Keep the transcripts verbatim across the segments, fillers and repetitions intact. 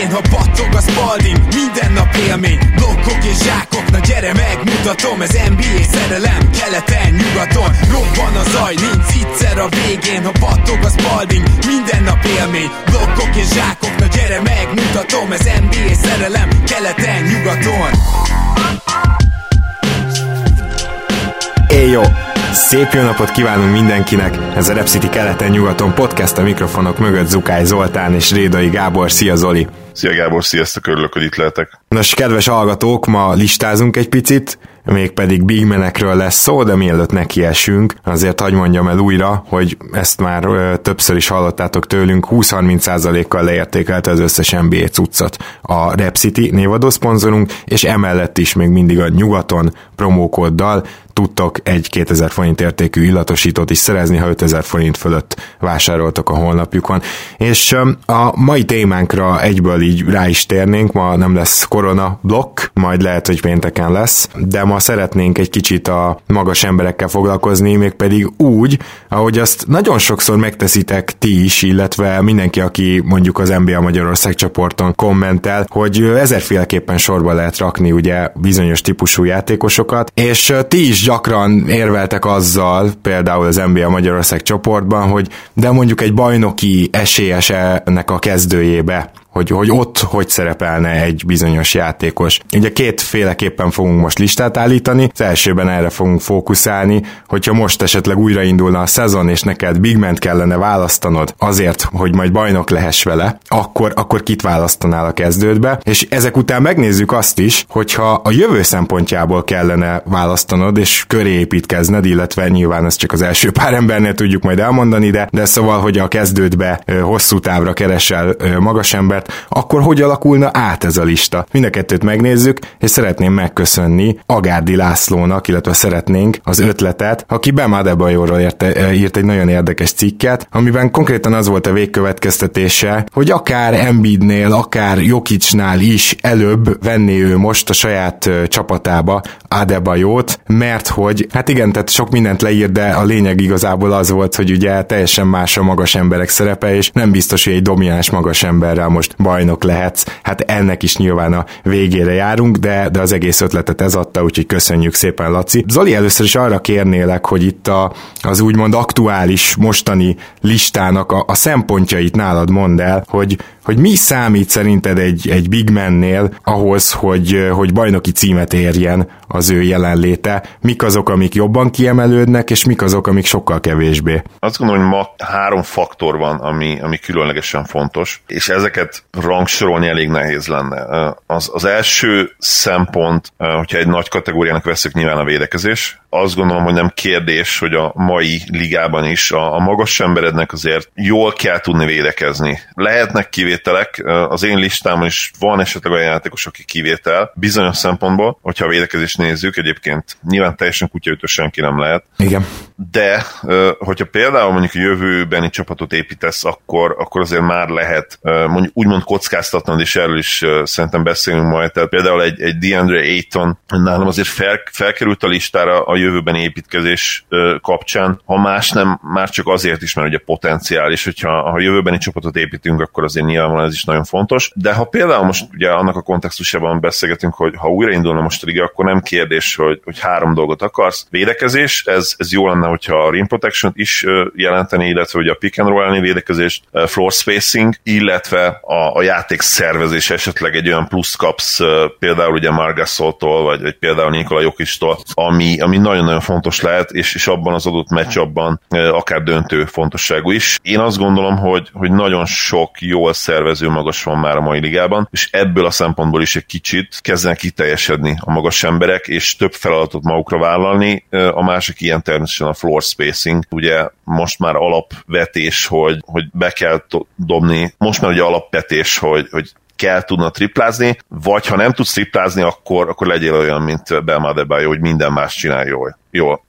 végén, ha battog a Spalding, minden nap élmény, blokkok és zsákok, na gyere megmutatom, ez en bé á szerelem, keleten, nyugaton, robban a zaj, nincs egyszer a végén, ha battog a Spalding, minden nap élmény, blokkok és zsákok, na gyere megmutatom, ez en bé á szerelem, keleten, nyugaton. Éj jó! Szép jó napot kívánunk mindenkinek! Ez a Rep City keleten-nyugaton podcast, a mikrofonok mögött Zukály Zoltán és Rédai Gábor. Szia Zoli! Szia Gábor, sziasztok, örülök, hogy itt lehetek. Nos, kedves hallgatók, ma listázunk egy picit, mégpedig big manekről lesz szó, de mielőtt nekiesünk, azért hadd mondjam el újra, hogy ezt már ö, többször is hallottátok tőlünk, húsz-harminc százalékkal leértékelte az összes en bé á cuccot a Rep City névadó szponzorunk, és emellett is még mindig a nyugaton promókóddal tudtok egy kétezer forint értékű illatosítót is szerezni, ha ötezer forint fölött vásároltok a honlapjukon. És a mai témánkra egyből így rá is térnénk, ma nem lesz korona blokk, majd lehet, hogy pénteken lesz, de ma szeretnénk egy kicsit a magas emberekkel foglalkozni, mégpedig úgy, ahogy azt nagyon sokszor megteszitek ti is, illetve mindenki, aki mondjuk az en bé á Magyarország csoporton kommentel, hogy ezerféleképpen sorba lehet rakni ugye bizonyos típusú játékosokat, és ti is gyakran érveltek azzal, például az en bé á Magyarország csoportban, hogy de mondjuk egy bajnoki esélyesnek a kezdőjébe, hogy, hogy ott hogy szerepelne egy bizonyos játékos. Ugye kétféleképpen fogunk most listát állítani, az elsőben erre fogunk fókuszálni, hogyha most esetleg újraindulna a szezon, és neked big man-t kellene választanod azért, hogy majd bajnok lehess vele, akkor, akkor kit választanál a kezdődbe, és ezek után megnézzük azt is, hogyha a jövő szempontjából kellene választanod, és köré építkezned, illetve nyilván ezt csak az első pár embernél tudjuk majd elmondani, de, de szóval, hogy a kezdődbe hosszú távra keresel magas embert, akkor hogy alakulna át ez a lista? Mind a kettőt megnézzük, és szeretném megköszönni Agárdi Lászlónak, illetve szeretnénk az ötletet, aki Bam Adebayorról írt egy nagyon érdekes cikket, amiben konkrétan az volt a végkövetkeztetése, hogy akár Embiidnél, akár Jokicnál is előbb venné ő most a saját csapatába Adebayort, mert hogy, hát igen, tehát sok mindent leír, de a lényeg igazából az volt, hogy ugye teljesen más a magas emberek szerepe, és nem biztos, hogy egy domináns magas emberrel most bajnok lehetsz. Hát ennek is nyilván a végére járunk, de, de az egész ötletet ez adta, úgyhogy köszönjük szépen, Laci. Zoli, először is arra kérnélek, hogy itt a, az úgymond aktuális mostani listának a, a szempontjait nálad mondd el, hogy, hogy mi számít szerinted egy, egy big mannél ahhoz, hogy, hogy bajnoki címet érjen az ő jelenléte, mik azok, amik jobban kiemelődnek, és mik azok, amik sokkal kevésbé. Azt gondolom, hogy ma három faktor van, ami, ami különlegesen fontos, és ezeket rangsorolni elég nehéz lenne. Az, az első szempont, hogyha egy nagy kategóriának veszük, nyilván a védekezés. Azt gondolom, hogy nem kérdés, hogy a mai ligában is a, a magas emberednek azért jól kell tudni védekezni. Lehetnek kivételek, az én listámon is van esetleg olyan játékos, aki kivétel, bizonyos szempontból, hogyha a védekezést nézzük, egyébként nyilván teljesen kutyaütő senki nem lehet. Igen. De, hogyha például mondjuk a jövőbeni csapatot építesz, akkor, akkor azért már lehet mondjuk úgymond kockáztatnod, és erről is szerintem beszélünk majd. Tehát például egy, egy DeAndre Ayton nálam azért fel, felkerült a listára a jövőbeni építkezés kapcsán, ha más nem, már csak azért is, mert ugye potenciális, hogyha ha jövőbeni csapatot építünk, akkor azért nyilvánvalóan ez is nagyon fontos. De ha például most ugye annak a kontextusában beszélgetünk, hogy ha újraindulna most a liga, akkor nem kérdés, hogy, hogy három dolgot akarsz. Védekezés, ez, ez jó lenne, hogyha a rim protection is jelenteni, illetve ugye a pick and roll elleni védekezést, floor spacing, illetve a, a játék szervezés, esetleg egy olyan plusz kapsz például ugye Marc Gasoltól, vagy, vagy például Nikola Jokictól, ami, ami nagyon-nagyon fontos lehet, és, és abban az adott meccsabban akár döntő fontosságú is. Én azt gondolom, hogy, hogy nagyon sok jól szervező magas van már a mai ligában, és ebből a szempontból is egy kicsit kezdenek kiteljesedni a magas emberek, és több feladatot magukra vállalni. A másik ilyen természetesen a floor spacing. Ugye most már alapvetés, hogy, hogy be kell dobni, most már ugye alapvetés, hogy, hogy kell tudna triplázni, vagy ha nem tudsz triplázni, akkor, akkor legyél olyan, mint Bam Adebayo, hogy minden más csinál jól. jól.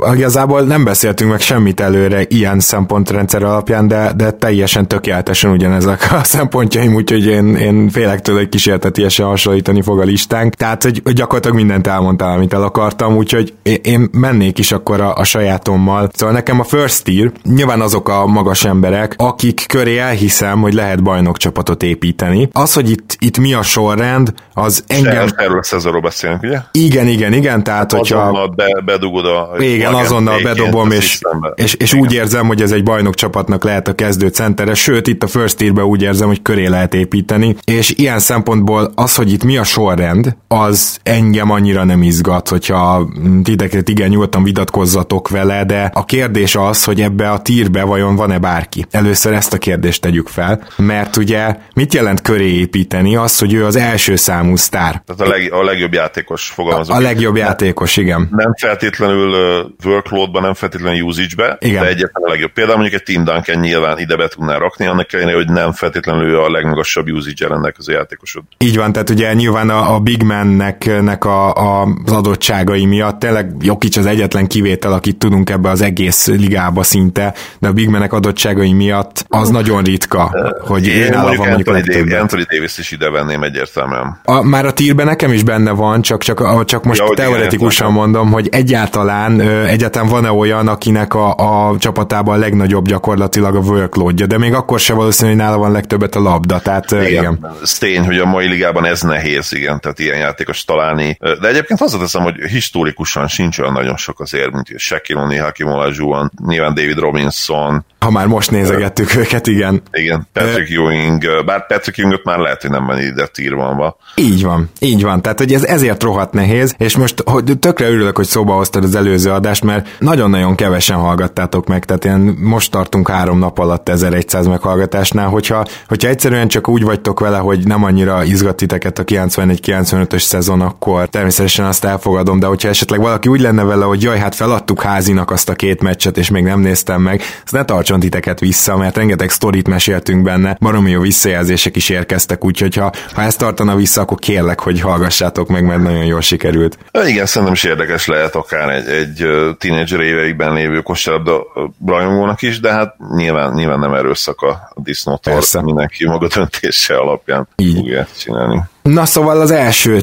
igazából nem beszéltünk meg semmit előre ilyen szempontrendszer alapján, de, de teljesen tökéletesen ugyanezek a szempontjaim, úgyhogy én, én félek tőle, hogy kísértetiesen hasonlítani fog a listánk. Tehát, hogy gyakorlatilag mindent elmondtál, amit el akartam, úgyhogy én mennék is akkor a, a sajátommal. Szóval nekem a first tier, nyilván azok a magas emberek, akik köré elhiszem, hogy lehet bajnokcsapatot építeni. Az, hogy itt, itt mi a sorrend, az engem... Erről a szezonról beszélünk, ugye? Igen, igen, igen, tehát hogyha... Azonnal be, bedugod a... Igen, azonnal bedobom, és, és, és úgy érzem, hogy ez egy bajnokcsapatnak lehet a kezdő centere, sőt, itt a first tierben úgy érzem, hogy köré lehet építeni, és ilyen szempontból az, hogy itt mi a sorrend, az engem annyira nem izgat, hogyha titeket igen, nyugodtan vitatkozzatok vele, de a kérdés az, hogy ebbe a tierbe vajon van-e bárki? Először ezt a kérdést tegyük fel, mert ugye mit jelent köré építeni? Az, hogy ő az első számú sztár. Tehát a, leg, a legjobb játékos fogalmazok. A, a legjobb játékos, igen. Nem feltétlenül uh, workloadban, nem feltétlenül usage-be, igen. De egyetlen a legjobb. Például mondjuk egy Tim Duncan nyilván ide be tudná rakni, annak ellenére, hogy nem feltétlenül a legmagasabb usage-el rendelkező játékosod. Így van, tehát ugye nyilván a, a big man-nek nek a, a, az adottságai miatt tényleg Jokic az egyetlen kivétel, akit tudunk ebbe az egész ligába szinte, de a big man-nek adottságai miatt az nagyon ritka, hogy én, én mondjuk Anthony, Davis, Anthony Davis is ide venném egyértelműen. A, már a tírben nekem is benne van, csak, csak, csak most ja, teoretikusan igen, mondom, hogy egyáltalán, egyáltalán van-e olyan, akinek a, a csapatában a legnagyobb gyakorlatilag a workloadja, de még akkor sem valószínű, hogy nála van legtöbbet a labda, tehát igen. igen. Ez tény, hogy a mai ligában ez nehéz, igen, tehát ilyen játékos találni. De egyébként hozzáteszem, hogy historikusan sincs olyan nagyon sok azért, mint Shaquille O'Neal, Hakeem Olajuwon, nyilván David Robinson. Ha már most nézegettük őket, igen. Igen, Patrick uh, Ewing, bár Patrick Ewingot már lehet, hogy nem van ide tírvanva. Így van, így van, tehát hogy ez ezért rohadt nehéz, és most hogy tökre örülök, hogy szóba hoztad az előző adást, mert nagyon-nagyon kevesen hallgattátok meg, tehát ilyen most tartunk három nap alatt ezerszáz meghallgatásnál, hogyha, hogyha egyszerűen csak úgy vagytok vele, hogy nem annyira izgat titeket a kilencvenegy kilencvenötös szezon, akkor természetesen azt elfogadom, de hogyha esetleg valaki úgy lenne vele, hogy jaj, hát feladtuk Házinak azt a két meccset, és még nem néztem meg, azt ne tartson titeket vissza, mert rengeteg sztorit meséltünk benne, baromi jó visszajelzések is érkeztek, úgyhogy ha, ha ezt tartana vissza, akkor kérlek, hogy hallgassátok meg, mert nagyon jól sikerült. Igen, szerintem is érdekes lehet akár egy, egy tínédzser éveikben lévő kosárlabda rajongónak is, de hát nyilván, nyilván nem erőszak a disznótól, mindenki maga döntése alapján így fogja csinálni. Na szóval az első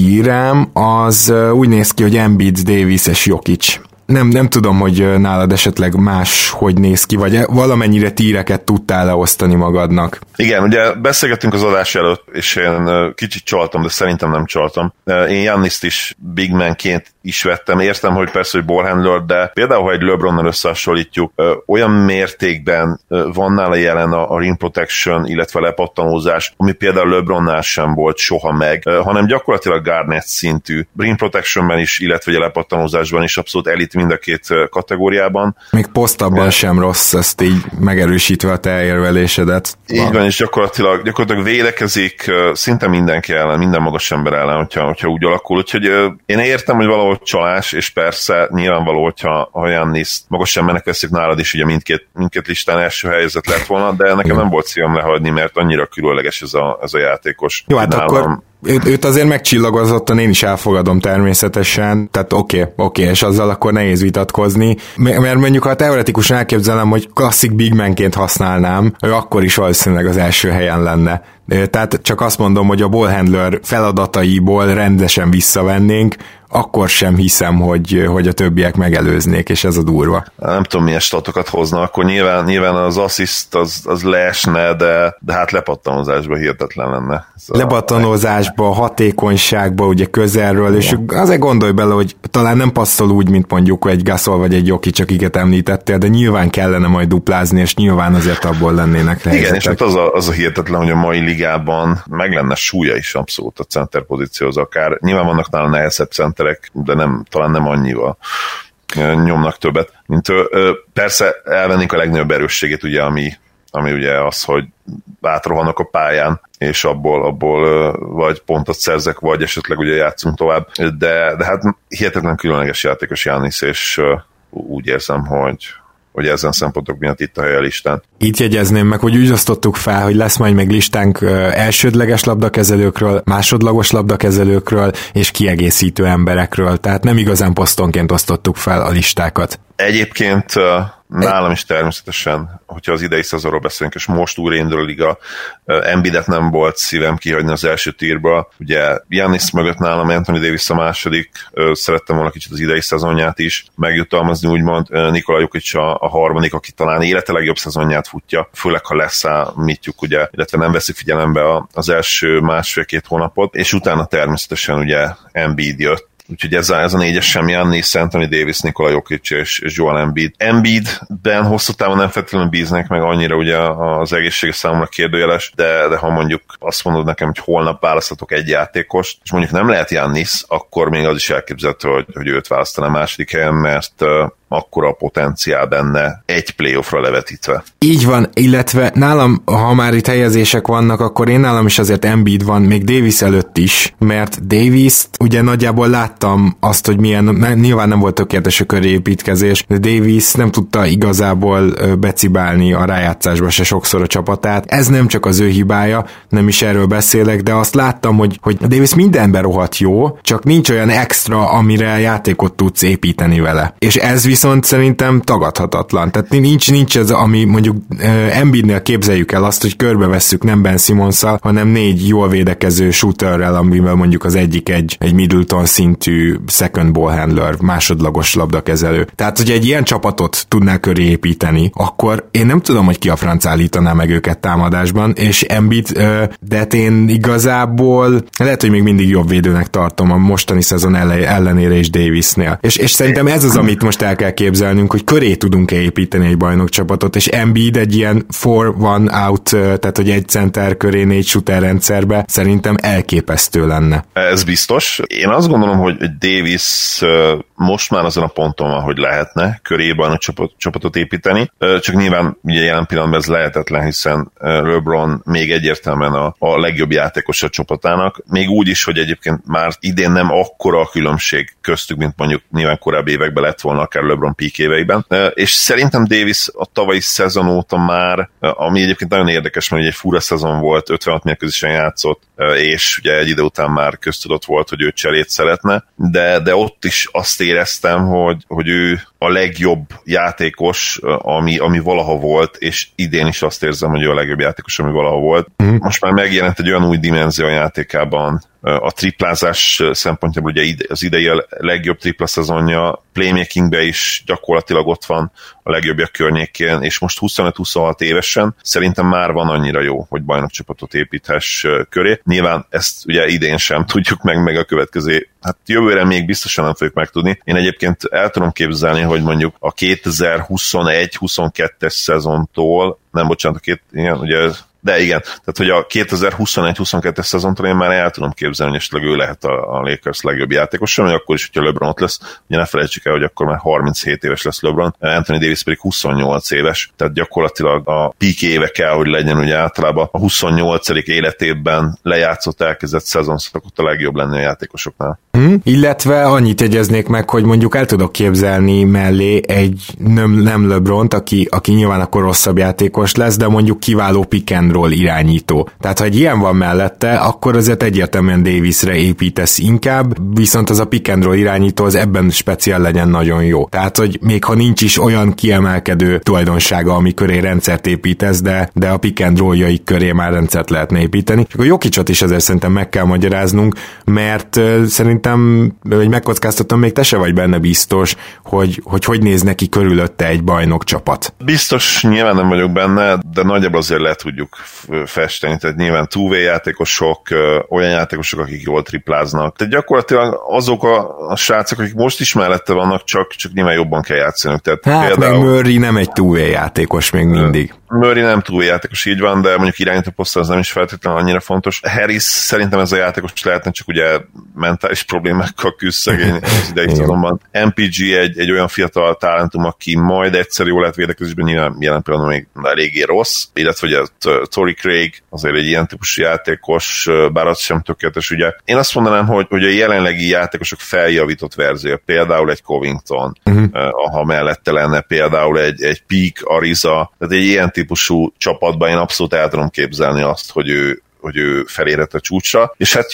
tírem az úgy néz ki, hogy Embiid, Davis és Jokic. Nem, nem tudom, hogy nálad esetleg más hogy néz ki, vagy valamennyire tíreket tudtál leosztani magadnak. Igen, ugye beszélgettünk az adás előtt, és én kicsit csaltam, de szerintem nem csaltam. Én Gianniszt is big manként is vettem. Értem, hogy persze, hogy ballhandler, de például, ha egy LeBronnal összehasonlítjuk, olyan mértékben van nála jelen a rim protection, illetve lepattanózás, ami például LeBronnál sem volt soha meg, hanem gyakorlatilag Garnett szintű rim protectionben is, illetve a lepattanózásban is abszolút elit mind a két kategóriában. Még posztabban ja. sem rossz, ezt így megerősítve a te érvelésedet. Így van, és gyakorlatilag, gyakorlatilag védekezik szinte mindenki ellen, minden magas ember ellen, hogyha, hogyha úgy alakul. Úgyhogy én értem, hogy valahol csalás, és persze nyilvánvaló, hogyha a Giannis magas embernek veszik nálad is, ugye mindkét, mindkét listán első helyzet lett volna, de nekem nem volt szívem lehagyni, mert annyira különleges ez a, ez a játékos. Jó, hát akkor Őt, őt azért megcsillagozottan én is elfogadom természetesen, tehát oké, okay, oké, okay, és azzal akkor nehéz vitatkozni, mert mondjuk ha teoretikusan elképzelem, hogy klasszik big manként használnám, ő akkor is valószínűleg az első helyen lenne. Tehát csak azt mondom, hogy a ballhandler feladataiból rendesen visszavennénk, akkor sem hiszem, hogy, hogy a többiek megelőznék, és ez a durva. Nem tudom, milyen statokat hozna, akkor nyilván, nyilván az assziszt az, az leesne, de, de hát lepattanózásban hihetetlen lenne. Lepattanózásban, hatékonyságban, ugye közelről, és azért gondolj bele, hogy talán nem passzol úgy, mint mondjuk egy Gasol vagy egy Jokic, akiket említettél, de nyilván kellene majd duplázni, és nyilván azért abból lennének helyzetek. Igen, és hát az a, az a hihetetlen, hogy a mai ligában meg lenne súlya is abszolút a center pozícióhoz akár. Nyilván vannak nála nehezebb centerek, de nem, talán nem annyival nyomnak többet, mint ő. Persze elvennénk a legnagyobb erősségét, ugye, ami, ami ugye az, hogy átrohannak a pályán, és abból, abból vagy pontot szerzek, vagy esetleg ugye játszunk tovább, de, de hát hihetetlen különleges játékos Giannis, és úgy érzem, hogy hogy ezen szempontok miatt itt a helye a listán. Itt jegyezném meg, hogy úgy osztottuk fel, hogy lesz majd meg listánk elsődleges labdakezelőkről, másodlagos labdakezelőkről és kiegészítő emberekről, tehát nem igazán posztonként osztottuk fel a listákat. Egyébként nálam is természetesen, hogyha az idei szezonról beszélünk, és most újra indul a liga, Embiidet nem volt szívem kihagyni az első tírba. Ugye Giannis mögött nálam Anthony Davis a második, szerettem volna kicsit az idei szezonját is megjutalmazni, úgymond Nikola Jokic a, a harmadik, aki talán élete legjobb szezonját futja, főleg ha leszámítjuk, ugye, illetve nem veszik figyelembe az első másfél-két hónapot, és utána természetesen ugye Embiid jött. Úgyhogy ez a, ez a négyes sem Giannis, Anthony Davis, Nikola Jokic és, és Joel Embiid. Embiidben hosszú távon nem feltétlenül bíznek meg annyira, ugye az egészséges számomra kérdőjeles, de, de ha mondjuk azt mondod nekem, hogy holnap választatok egy játékost, és mondjuk nem lehet Giannis, akkor még az is elképzelhető, hogy, hogy őt választaná a második helyen, mert akkora a potenciál benne egy playoffra levetítve. Így van, illetve nálam, ha már itt helyezések vannak, akkor én nálam is azért Embiid van, még Davis előtt is, mert Davis-t ugye nagyjából láttam azt, hogy milyen, nyilván nem volt tökéletes a körépítkezés, de Davis nem tudta igazából becibálni a rájátszásba se sokszor a csapatát. Ez nem csak az ő hibája, nem is erről beszélek, de azt láttam, hogy, hogy Davis mindenben rohadt jó, csak nincs olyan extra, amire játékot tudsz építeni vele. És ez viszont szerintem tagadhatatlan. Tehát nincs, nincs ez, ami mondjuk uh, Embiidnél képzeljük el azt, hogy körbevesszük nem Ben Simonsszal, hanem négy jól védekező shooterrel, amivel mondjuk az egyik egy, egy Middleton szintű second ball handler, másodlagos labdakezelő. Tehát, hogy egy ilyen csapatot tudnál köré építeni, akkor én nem tudom, hogy ki a franc állítaná meg őket támadásban, és Embiid, uh, de én igazából lehet, hogy még mindig jobb védőnek tartom a mostani szezon ellenére is Davisnél. És, és szerintem ez az, amit most el kell képzelnünk, hogy köré tudunk építeni egy bajnokcsapatot, és Embiid egy ilyen four one out, tehát hogy egy center köré négy shooter rendszerbe szerintem elképesztő lenne. Ez biztos. Én azt gondolom, hogy Davis most már azon a ponton van, hogy lehetne köré bajnokcsapatot építeni, csak nyilván ugye jelen pillanatban ez lehetetlen, hiszen LeBron még egyértelműen a, a legjobb játékos a csapatának, még úgy is, hogy egyébként már idén nem akkora a különbség köztük, mint mondjuk nyilván korábbi években lett volna akár LeBron peak éveiben, és szerintem Davis a tavalyi szezon óta már, ami egyébként nagyon érdekes, mert egy fura szezon volt, ötvenhat mérkőzésen játszott, és ugye egy idő után már köztudott volt, hogy ő cserét szeretne, de, de ott is azt éreztem, hogy, hogy ő a legjobb játékos, ami, ami valaha volt, és idén is azt érzem, hogy ő a legjobb játékos, ami valaha volt. Mm. Most már megjelent egy olyan új dimenzió a játékában, a triplázás szempontjából ugye az idei a legjobb tripla szezonja, playmakingben is gyakorlatilag ott van a legjobbjak környékén, és most huszonöt-huszonhat évesen szerintem már van annyira jó, hogy bajnokcsapatot építhess köré. Nyilván ezt ugye idén sem tudjuk meg, meg a következő, hát jövőre még biztosan nem fogjuk megtudni. Én egyébként el tudom képzelni, hogy mondjuk a kétezer-huszonegy-huszonkettes szezontól, nem bocsánat, a két, igen, ugye de igen, tehát hogy a kétezer-huszonegy-huszonkettes szezontól én már el tudom képzelni, hogy esetleg ő lehet a, a Lakers legjobb játékos, sem, akkor is, hogyha LeBron ott lesz, ugye ne felejtsük el, hogy akkor már harminchét éves lesz LeBron, Anthony Davis pedig huszonnyolc éves, tehát gyakorlatilag a peak éve kell, hogy legyen, ugye általában a huszonnyolcadik életében lejátszott, elkezdett szezon szokott a legjobb lenni a játékosoknál. Hmm. Illetve annyit jegyeznék meg, hogy mondjuk el tudok képzelni mellé egy nem, nem LeBront, aki, aki nyilván akkor rosszabb játékos lesz, de mondjuk kiváló pick and roll irányító. Tehát ha egy ilyen van mellette, akkor azért egyértelműen Davisre építesz inkább, viszont az a pick and roll irányító az ebben speciál legyen nagyon jó. Tehát, hogy még ha nincs is olyan kiemelkedő tulajdonsága, ami köré rendszert építesz, de, de a pick and roll-jaik köré már rendszert lehetne építeni. És akkor Jokicot is azért szerintem meg kell magyaráznunk, mert uh, szerintem, hogy megkockáztatom, még te se vagy benne biztos, hogy hogy, hogy néz neki körülötte egy bajnok csapat. Biztos, nyilván nem vagyok benne, de nagyjából azért le tudjuk festeni, tehát nyilván two-way játékosok, olyan játékosok, akik jól tripláznak. Tehát gyakorlatilag azok a, a srácok, akik most is mellette vannak, csak, csak nyilván jobban kell játszani. Tehát hát például, meg Murray nem egy two-way játékos még mindig. Murray nem two-way játékos, így van, de mondjuk irányító poszton az nem is feltétlenül annyira fontos. Harris szerintem ez a játékos lehetne, csak ugye mentális problémákkal küzd szegény az idei szezonban. em pé gé egy, egy olyan fiatal talentum, aki majd egyszer jól lehet védekezésben, nyilván jelen pillanatban még eléggé rossz, illetve ugye Torrey Craig azért egy ilyen típusú játékos, bár az sem tökéletes, ugye. Én azt mondanám, hogy, hogy a jelenlegi játékosok feljavított verzió, például egy Covington, uh-huh. ha mellette lenne például egy, egy Peak, Ariza, tehát egy ilyen típusú csapatban én abszolút el tudom képzelni azt, hogy ő hogy ő felérhet a csúcsra, és hát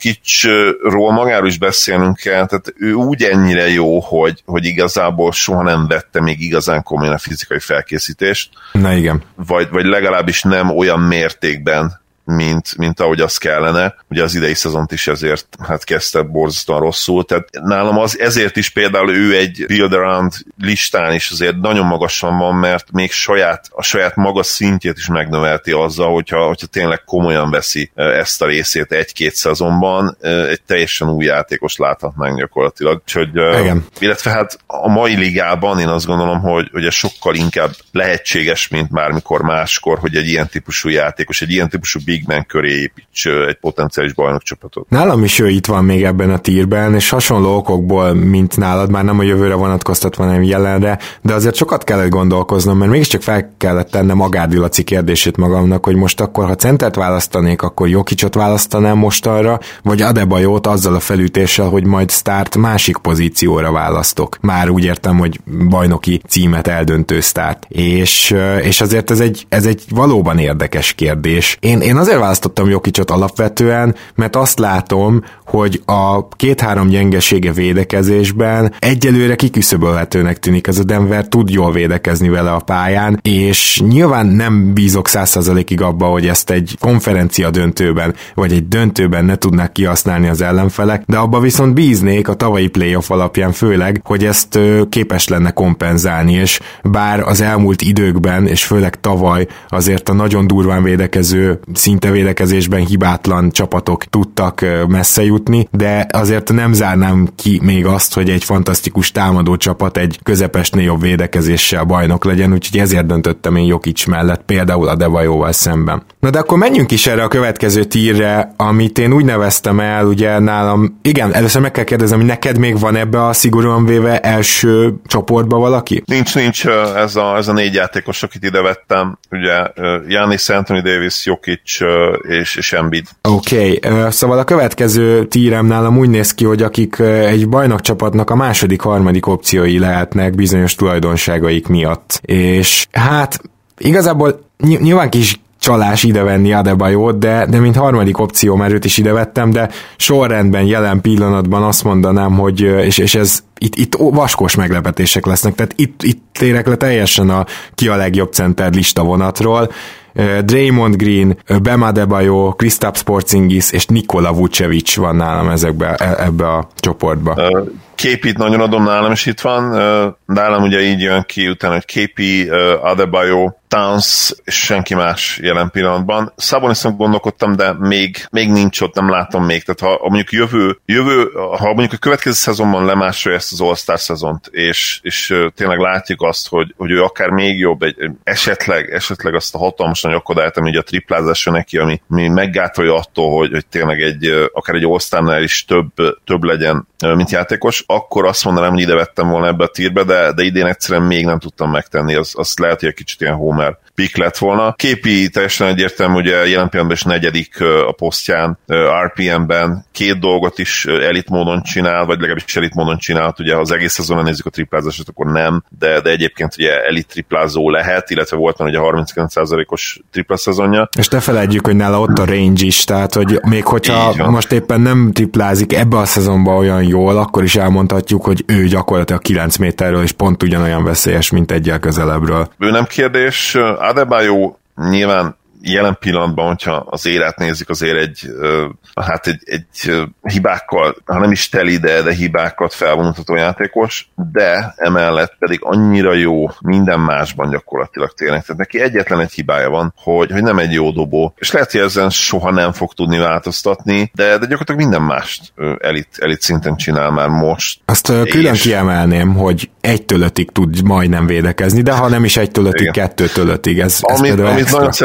Jokicról magáról is beszélnünk kell, tehát ő úgy ennyire jó, hogy, hogy igazából soha nem vette még igazán komolyan a fizikai felkészítést. Na igen. Vagy, vagy legalábbis nem olyan mértékben, mint, mint ahogy az kellene. Ugye az idei szezont is ezért hát kezdte borzasztóan rosszul. Tehát nálam az, ezért is például ő egy build around listán is azért nagyon magasan van, mert még saját, a saját maga szintjét is megnövelti azzal, hogyha, hogyha tényleg komolyan veszi ezt a részét egy-két szezonban, egy teljesen új játékos láthatnánk gyakorlatilag. Úgyhogy, illetve hát a mai ligában én azt gondolom, hogy, hogy ez sokkal inkább lehetséges, mint bármikor máskor, hogy egy ilyen típusú játékos, egy ilyen típusú big man köré építs egy potenciális bajnokcsapatot. Nálam is ő itt van még ebben a tírben, és hasonló okokból, mint nálad, már nem a jövőre vonatkoztatva, hanem jelenre, de azért sokat kellett gondolkoznom, mert mégiscsak fel kellett tennem Magárdi Laci kérdését magamnak, hogy most akkor, ha centert választanék, akkor Jokicot választanám mostanra, vagy Adebayót azzal a felütéssel, hogy majd sztárt másik pozícióra választok. Már úgy értem, hogy bajnoki címet eldöntő sztárt. És, és azért ez egy, ez egy valóban érdekes kérdés. Én, én azért választottam Jokicot alapvetően, mert azt látom, hogy a két-három gyengesége védekezésben egyelőre kiküszöbölhetőnek tűnik ez a Denver, tud jól védekezni vele a pályán, és nyilván nem bízok száz százalékig abba, hogy ezt egy konferencia döntőben, vagy egy döntőben ne tudnák kihasználni az ellenfelek, de abba viszont bíznék a tavalyi playoff alapján főleg, hogy ezt képes lenne kompenzálni, és bár az elmúlt időkben, és főleg tavaly azért a nagyon durván védekező, szinte védekezésben hibátlan csapatok tudtak messze jutni, de azért nem zárnám ki még azt, hogy egy fantasztikus támadó csapat egy közepesnél jobb védekezéssel bajnok legyen, úgyhogy ezért döntöttem én Jokic mellett, például a Adebayoval szemben. Na de akkor menjünk is erre a következő tírre, amit én úgy neveztem el, ugye nálam, igen, először meg kell kérdezem, hogy neked még van ebbe a szigorúan véve első csoportba valaki? Nincs, nincs, ez a, ez a négy játékos, akit ide vettem, ugye Giannis, Anthony Davis, Jokic és, és Embiid. Oké, okay. Szóval a következő tírem nálam úgy néz ki, hogy akik egy bajnokcsapatnak a második, harmadik opciói lehetnek bizonyos tulajdonságaik miatt. És hát igazából ny- nyilván kis csalás idevenni Adebayót, de, de mint harmadik opció, mert őt is ide vettem, de sorrendben jelen pillanatban azt mondanám, hogy és, és ez itt, itt vaskos meglepetések lesznek, tehát itt, itt térek le teljesen a ki a legjobb center lista vonatról. Draymond Green, Bam Adebayo, Kristaps Porzingis és Nikola Vucevic van nálam ezekbe, ebbe a csoportba. Képit nagyon adom, nálam is itt van. Nálam ugye így jön ki utána, hogy Képi, Adebayo, Towns és senki más jelen pillanatban. Szaboniszon gondolkodtam, de még, még nincs ott, nem látom még. Tehát ha mondjuk jövő, jövő ha mondjuk a következő szezonban lemásolja ezt az All-Star szezont, és, és tényleg látjuk azt, hogy, hogy ő akár még jobb, egy, esetleg, esetleg azt a hatalmas nagy akadályt, ami ugye a triplázásra neki, ami, ami meggátolja attól, hogy, hogy tényleg egy, akár egy All-Starnál is több, több legyen, mint játékos, akkor azt mondanám, hogy ide vettem volna ebbe a tírbe, de, de idén egyszerűen még nem tudtam megtenni, az, azt lehet, hogy egy kicsit ilyen Homer pick lett volna. Képi teljesen egyértelmű, ugye jelen pillanatban is negyedik a posztján, er pé em-ben két dolgot is elit módon csinál, vagy legalábbis elit módon csinált, ugye ha az egész szezonban nézzük a triplázását, akkor nem, de, de egyébként ugye elit triplázó lehet, illetve volt már ugye harminckilenc százalékos tripla szezonja. És ne felejtjük, hogy nála ott a range is, tehát hogy még hogyha most éppen nem triplázik ebbe a szezonban olyan jól, akkor is elmondhatjuk, hogy ő gyakorlatilag kilenc méterről és pont ugyanolyan veszélyes, mint egyel közelebbről. Ő nem kérdés, Adebayo nyilván jelen pillanatban, hogyha az érát nézik, azért egy, hát egy, egy hibákkal, ha nem is teli, de, de hibákat felvonultató játékos, de emellett pedig annyira jó minden másban gyakorlatilag tényleg. Tehát neki egyetlen egy hibája van, hogy, hogy nem egy jó dobó, és lehet, hogy ezen soha nem fog tudni változtatni, de, de gyakorlatilag minden mást elit, elit szinten csinál már most. Azt és... külön kiemelném, hogy egytől ötig tud majdnem védekezni, de ha nem is egytől ötig, kettőtől ötig. Ez, ez amit, amit nagyon szeretek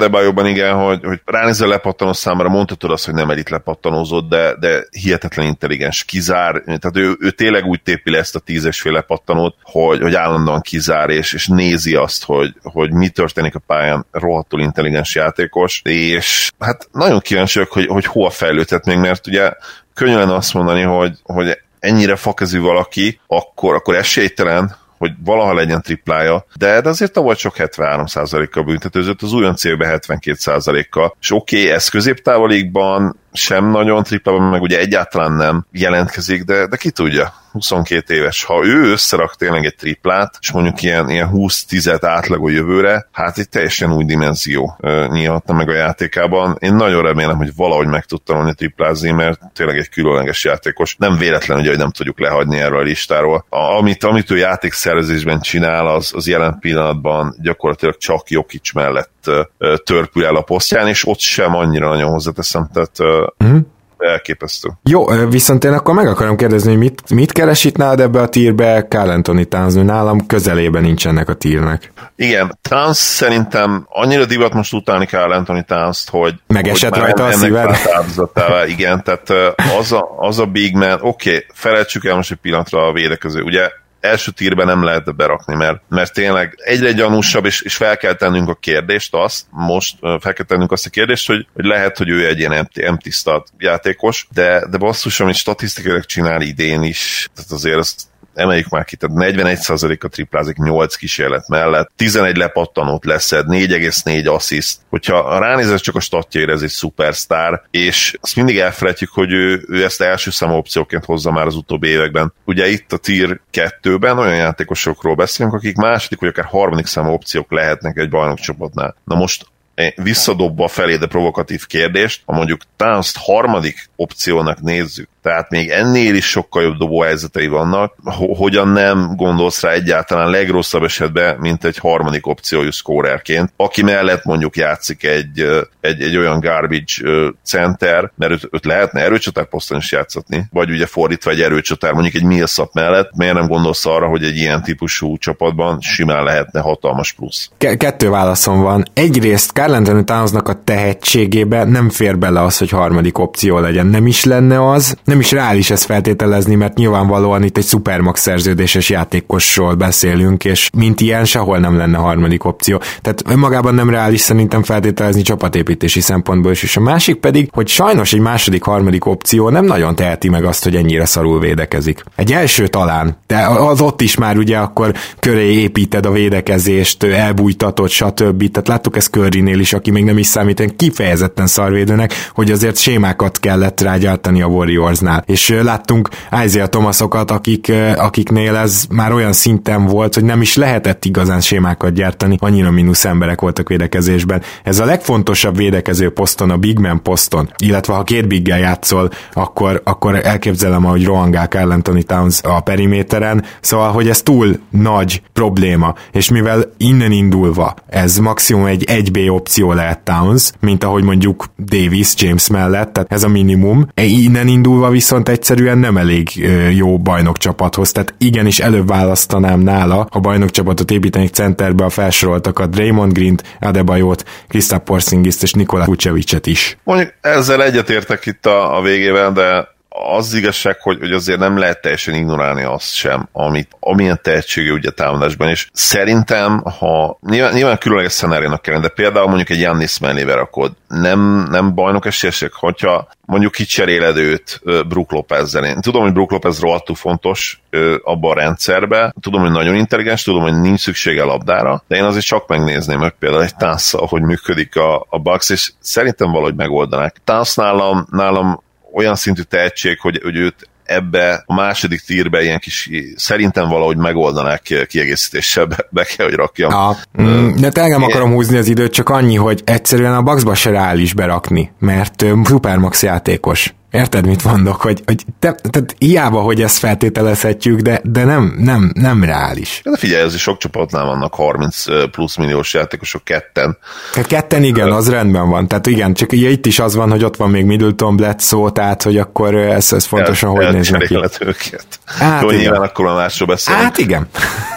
Adebayoban igen, hogy, hogy ránézel lepattanó számára, mondhatod azt, hogy nem elit lepattanózott, de, de hihetetlen intelligens, kizár, tehát ő, ő tényleg úgy tépi le ezt a tízesféle lepattanót, hogy, hogy állandóan kizár, és, és nézi azt, hogy, hogy mi történik a pályán, rohadtul intelligens játékos, és hát nagyon kíváncsiak, hogy, hogy hova fejlődhet még, mert ugye könnyű lenne azt mondani, hogy, hogy ennyire fakezű valaki, akkor, akkor esélytelen, hogy valaha legyen triplája, de, de azért tavaly csak hetvenhárom százalékkal büntetőzött, az újon célben hetvenkét százalékkal, és oké, okay, ez középtávolékban sem nagyon triplában, meg ugye egyáltalán nem jelentkezik, de, de ki tudja, huszonkét éves. Ha ő összerak tényleg egy triplát, és mondjuk ilyen, ilyen húsz-tíz átlagos jövőre, hát egy teljesen új dimenzió uh, nyílhatna meg a játékában. Én nagyon remélem, hogy valahogy meg tud tanulni triplázni, mert tényleg egy különleges játékos. Nem véletlen, ugye, hogy nem tudjuk lehagyni erről a listáról. A, amit, amit ő játékszervezésben csinál, az, az jelen pillanatban gyakorlatilag csak Jokic mellett uh, törpül el a posztján, és ott sem annyira nagyon hozzáteszem, tehát uh, mm. elképesztő. Jó, viszont én akkor meg akarom kérdezni, hogy mit, mit keres itt nálad ebbe a tírbe Karl Anthony Towns, nálam közelében nincs ennek a tírnek. Igen, Towns szerintem annyira divat most utálni Karl Anthony Towns-t, hogy megesett hogy rajta a szíved? Igen, tehát az a, az a big man, oké, okay, felejtsük el most egy pillanatra a védekező, ugye első tírben nem lehet berakni, mert, mert tényleg egyre gyanúsabb, és, és fel kell tennünk a kérdést azt, most fel kell tennünk azt a kérdést, hogy, hogy lehet, hogy ő egy ilyen empty, empty stat játékos, de, de basszus, amit statisztikailag csinál idén is, tehát azért azt emeljük már ki, tehát negyvenegy százaléka triplázik nyolc kísérlet mellett, tizenegy lepattanót leszed, négy egész négy assziszt. Hogyha ránézed csak a statjaira, ez egy szupersztár, és azt mindig elfelejtjük, hogy ő, ő ezt első számú opcióként hozza már az utóbbi években. Ugye itt a tier kettőben olyan játékosokról beszélünk, akik második vagy akár harmadik számú opciók lehetnek egy bajnokcsapatnál. Na most visszadobva felé, de provokatív kérdést, ha mondjuk Towns-t harmadik opciónak nézzük, tehát még ennél is sokkal jobb dobóhelyzetei vannak, hogyan nem gondolsz rá egyáltalán legrosszabb esetben, mint egy harmadik opciójú scorerként, aki mellett mondjuk játszik egy, egy, egy olyan garbage center, mert őt, őt lehetne erőcsatár poszton is játszatni, vagy ugye fordítva egy erőcsatár, mondjuk egy Millsap mellett, miért nem gondolsz arra, hogy egy ilyen típusú csapatban simán lehetne hatalmas plusz? Kettő válaszom van. Egyrészt Karl Anthony Townsnak a tehetségébe nem fér bele az, hogy harmadik opció legyen. Nem is lenne az, nem is reális ezt feltételezni, mert nyilvánvalóan itt egy szupermax szerződéses játékosról beszélünk, és mint ilyen sehol nem lenne harmadik opció. Tehát önmagában nem reális szerintem feltételezni csapatépítési szempontból is. És a másik pedig, hogy sajnos egy második, harmadik opció nem nagyon teheti meg azt, hogy ennyire szarul védekezik. Egy első talán, de az ott is már ugye akkor köré építed a védekezést, elbújtatod, stb. Tehát láttuk ezt Currynél is, aki még nem is számít kifejezetten szarvédőnek, hogy azért sémákat kellett rágyártani a Warriorsnál. És láttunk Isaiah Thomasokat, akik, akiknél ez már olyan szinten volt, hogy nem is lehetett igazán sémákat gyártani, annyira mínusz emberek voltak védekezésben. Ez a legfontosabb védekező poszton, a big man poszton, illetve ha két biggel játszol, akkor, akkor elképzelem, ahogy rohangál Karl Anthony Towns a periméteren, szóval, hogy ez túl nagy probléma, és mivel innen indulva ez maximum egy egy bé opció lehet Towns, mint ahogy mondjuk Davis, James mellett, tehát ez a minimum. Innen indulva viszont egyszerűen nem elég jó bajnokcsapathoz, tehát igenis előbb választanám nála, ha bajnokcsapatot építenék centerbe a felsoroltakat, Draymond Greent, Adebayot, Kristaps Porzingiszt és Nikola Vucevicet is. Mondjuk ezzel egyetértek itt a, a végében, de az igazság, hogy, hogy azért nem lehet teljesen ignorálni azt sem, amit, amilyen tehetségű ugye támadásban, és szerintem, ha nyilván, nyilván különleges szenáriónak kellene, de például mondjuk egy Giannis mellébe rakod, nem, nem bajnok esélyesek, hogyha mondjuk kicseréled őt Brook Lopezzel. Én tudom, hogy Brook Lopez rohadtul fontos abban a rendszerben, tudom, hogy nagyon intelligens, tudom, hogy nincs szüksége labdára, de én azért csak megnézném meg például egy Towns-szal, hogy működik a, a Bucks, és szerintem valahogy megoldanák. Towns nálam, nálam olyan szintű tehetség, hogy, hogy őt ebbe a második tírbe ilyen kis, szerintem valahogy megoldanák kiegészítéssel, be, be kell, hogy rakjam. Ja, mm, de tényleg nem akarom húzni az időt, csak annyi, hogy egyszerűen a Bucksba se reális berakni, mert Supermax játékos. Érted, mit mondok? Hogy, hogy te, tehát hiába, hogy ezt feltételezhetjük, de, de nem, nem, nem reális. De figyelj, ez is sok csapatnál vannak harminc plusz milliós játékosok ketten. Tehát ketten igen, az rendben van. Tehát igen, csak ugye itt is az van, hogy ott van még Middleton, Bledsoe, tehát hogy akkor ez, ez fontosan, el, hogy néznek ki. őket. Hát, jó, nyilván akkor a másról beszélünk. Hát igen.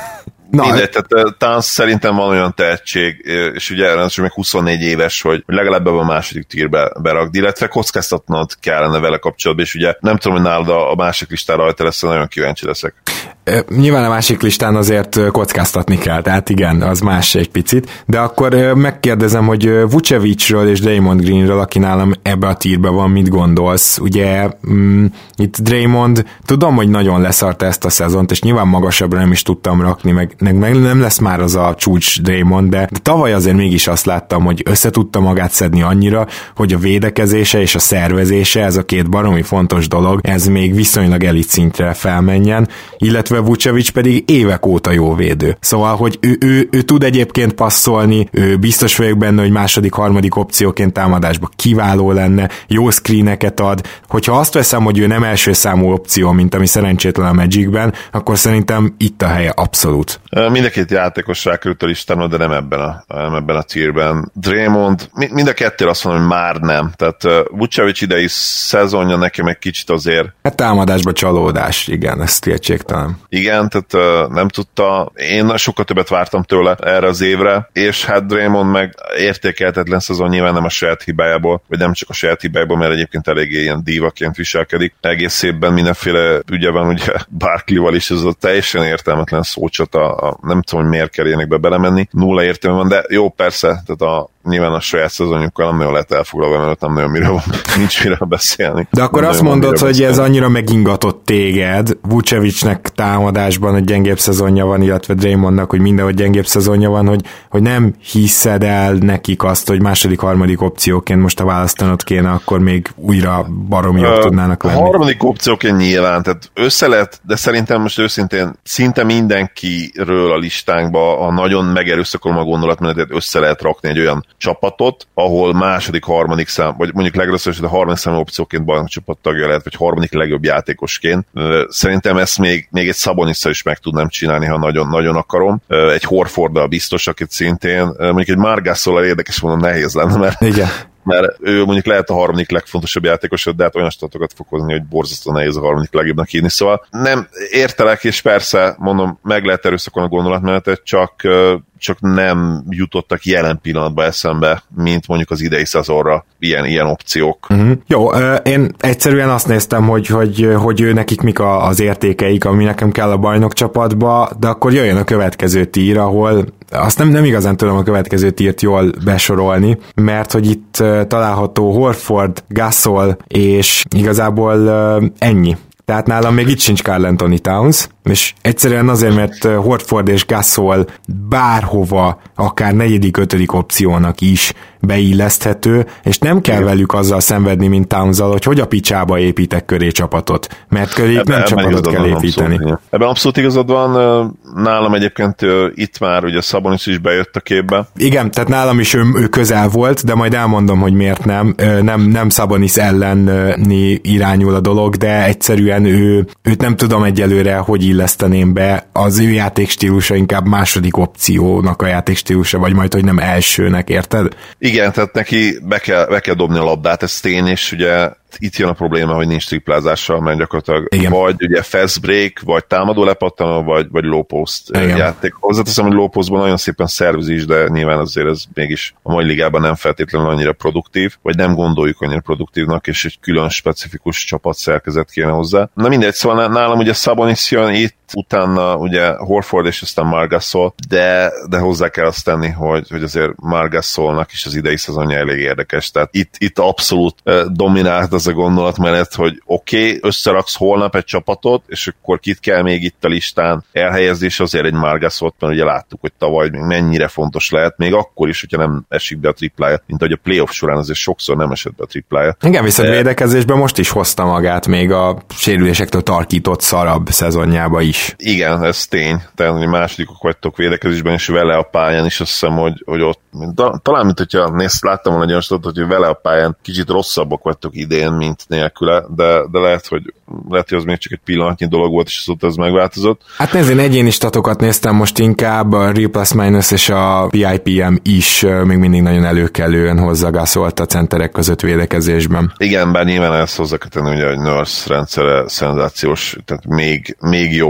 Na, mindegy, tehát Towns szerintem van olyan tehetség, és ugye ráadásul még huszonnégy éves, hogy legalább ebben a második tírbe berakd, illetve kockáztatnod kellene vele kapcsolatban, és ugye nem tudom, hogy nálad a másik listára rajta lesz, nagyon kíváncsi leszek. Nyilván a másik listán azért kockáztatni kell, tehát igen, az más egy picit, de akkor megkérdezem, hogy Vucevicről és Draymond Greenről, aki nálam ebbe a tírbe van, mit gondolsz? Ugye mm, itt Draymond, tudom, hogy nagyon leszarta ezt a szezont, és nyilván magasabbra nem is tudtam rakni, meg, meg nem lesz már az a csúcs Draymond, de, de tavaly azért mégis azt láttam, hogy összetudta magát szedni annyira, hogy a védekezése és a szervezése, ez a két baromi fontos dolog, ez még viszonylag elit szintre felmenjen, illetve Vucevic pedig évek óta jó védő. Szóval, hogy ő, ő, ő tud egyébként passzolni, ő biztos vagyok benne, hogy második, harmadik opcióként támadásba kiváló lenne, jó screeneket ad. Hogyha azt veszem, hogy ő nem első számú opció, mint ami szerencsétlen a Magicben, akkor szerintem itt a helye abszolút. Mind a két játékos rákerült a listámra, de nem ebben a, nem ebben a tírben. Draymond, mind a kettő azt mondom, hogy már nem. Tehát uh, Vucevic idei szezonja nekem egy kicsit azért... Hát támadásba csalódás, igen, ez kétségtelen. Igen, tehát uh, nem tudta, én sokkal többet vártam tőle erre az évre, és hát Draymond meg értékelhetetlen szezon, nyilván nem a saját hibájából, vagy nem csak a saját hibájából, mert egyébként eléggé ilyen dívaként viselkedik. Egész évben mindenféle ügye van, ugye Barkley-val is, ez a teljesen értelmetlen szócsata, a, nem tudom, hogy miért kell ilyenekbe belemenni, nulla értelme van, de jó, persze, tehát a nyilván a saját szezonjukkal nem nagyon lehet elfoglalva, mert nem nagyon miről van, nincs miről beszélni. De akkor azt mondod, hogy beszélni. Ez annyira megingatott téged, Vucevicnek támadásban egy gyengébb szezonja van, illetve Draymondnak, hogy mindenhogy gyengébb szezonja van, hogy, hogy nem hiszed el nekik azt, hogy második, harmadik opcióként most a választanod kéne, akkor még újra baromiak uh, tudnának lenni. A harmadik opcióként nyilván, tehát össze lehet, de szerintem most őszintén szinte mindenkiről a listánkba a nagyon megerőszakolom a gondolatmenetet össze lehet rakni egy olyan csapatot, ahol második, harmadik szám, vagy mondjuk legrosszabb, hogy a harmadik számú opcióként bajnokcsapat tagja lehet, vagy harmadik legjobb játékosként. Szerintem ezt még, még egy Szabonisszal is meg tudnám csinálni, ha nagyon, nagyon akarom. Egy Horforddal biztos, akit szintén, mondjuk egy Marc Gasollal érdekes mondom, nehéz lenne, mert igen. mert ő mondjuk lehet a harmadik legfontosabb játékos, de hát olyan statokat fog hozni, hogy borzasztó nehéz a harmadik legjobbnak hívni, szóval nem értelek, és persze, mondom, meg lehet erőszakon a gondolatmenetet, csak, csak nem jutottak jelen pillanatban eszembe, mint mondjuk az idei szezonra ilyen, ilyen opciók. Uh-huh. Jó, én egyszerűen azt néztem, hogy, hogy, hogy ő nekik mik az értékeik, ami nekem kell a bajnokcsapatba, de akkor jöjjön a következő tír, ahol azt nem, nem igazán tudom a következő tírt jól besorolni, mert hogy itt uh, található Horford, Gasol, és igazából uh, ennyi. Tehát nálam még itt sincs Karl Anthony Towns, és egyszerűen azért, mert Horford és Gasol bárhova, akár negyedik, ötödik opciónak is beilleszthető, és nem kell velük azzal szenvedni, mint Towns-al, hogy hogy a picsába építek köré csapatot, mert köré ebben, nem csapatot kell építeni. Abszolút, ebben abszolút igazad van, nálam egyébként itt már ugye Sabonis is bejött a képbe. Igen, tehát nálam is ő, ő közel volt, de majd elmondom, hogy miért nem. Nem, nem Sabonis elleni irányul a dolog, de egyszerűen ő, őt nem tudom egyelőre, hogy illeszteném be, az ő játékstílusa inkább második opciónak a játékstílusa, vagy majd, hogy nem elsőnek, érted? Igen, tehát neki be kell, be kell dobni a labdát, ez tény, és ugye itt jön a probléma, hogy nincs triplázással, mert gyakorlatilag igen. Vagy ugye fast break, vagy támadó lepattanó, vagy, vagy low post igen. játék. Hozzáteszem, hogy low postban nagyon szépen szervezés, de nyilván azért ez mégis a mai ligában nem feltétlenül annyira produktív, vagy nem gondoljuk annyira produktívnak, és egy külön specifikus csapatszerkezet kéne hozzá. Na mindegy, szóval nálam ugye Sabonis jön itt, utána ugye Horford és aztán Marc Gasol, de, de hozzá kell azt tenni, hogy, hogy azért Marc Gasolnak is az idei szezonja elég érdekes, tehát itt, itt abszolút uh, dominált az a gondolatmenet, hogy oké, okay, összeraksz holnap egy csapatot, és akkor kit kell még itt a listán elhelyezni, és azért egy Marc Gasolt, mert ugye láttuk, hogy tavaly még mennyire fontos lehet, még akkor is, hogyha nem esik be a triplája, mint ahogy a playoff során azért sokszor nem esett be a triplája. Igen, viszont de... védekezésben most is hozta magát még a sérülésektől tarkított szarabb szezonjába is. Igen, ez tény. Tehát, hogy másodikok vagytok védekezésben, és vele a pályán is azt hiszem, hogy, hogy ott, talán, mint hogyha nézd, láttam volna egy javaslatot, hogy vele a pályán kicsit rosszabbak vagytok idén, mint nélküle, de, de lehet, hogy lehet, hogy az még csak egy pillanatnyi dolog volt, és azóta ez megváltozott. Hát nézd, én egyéni statokat néztem most inkább, a Real Plus Minus és a pé i pé em is még mindig nagyon előkelően hozzágaszolt a centerek között védekezésben. Igen, bár nyilván ezt hozzá kell tenni, hogy a Nurse rendszere szenzációs, tehát még, még jobb lett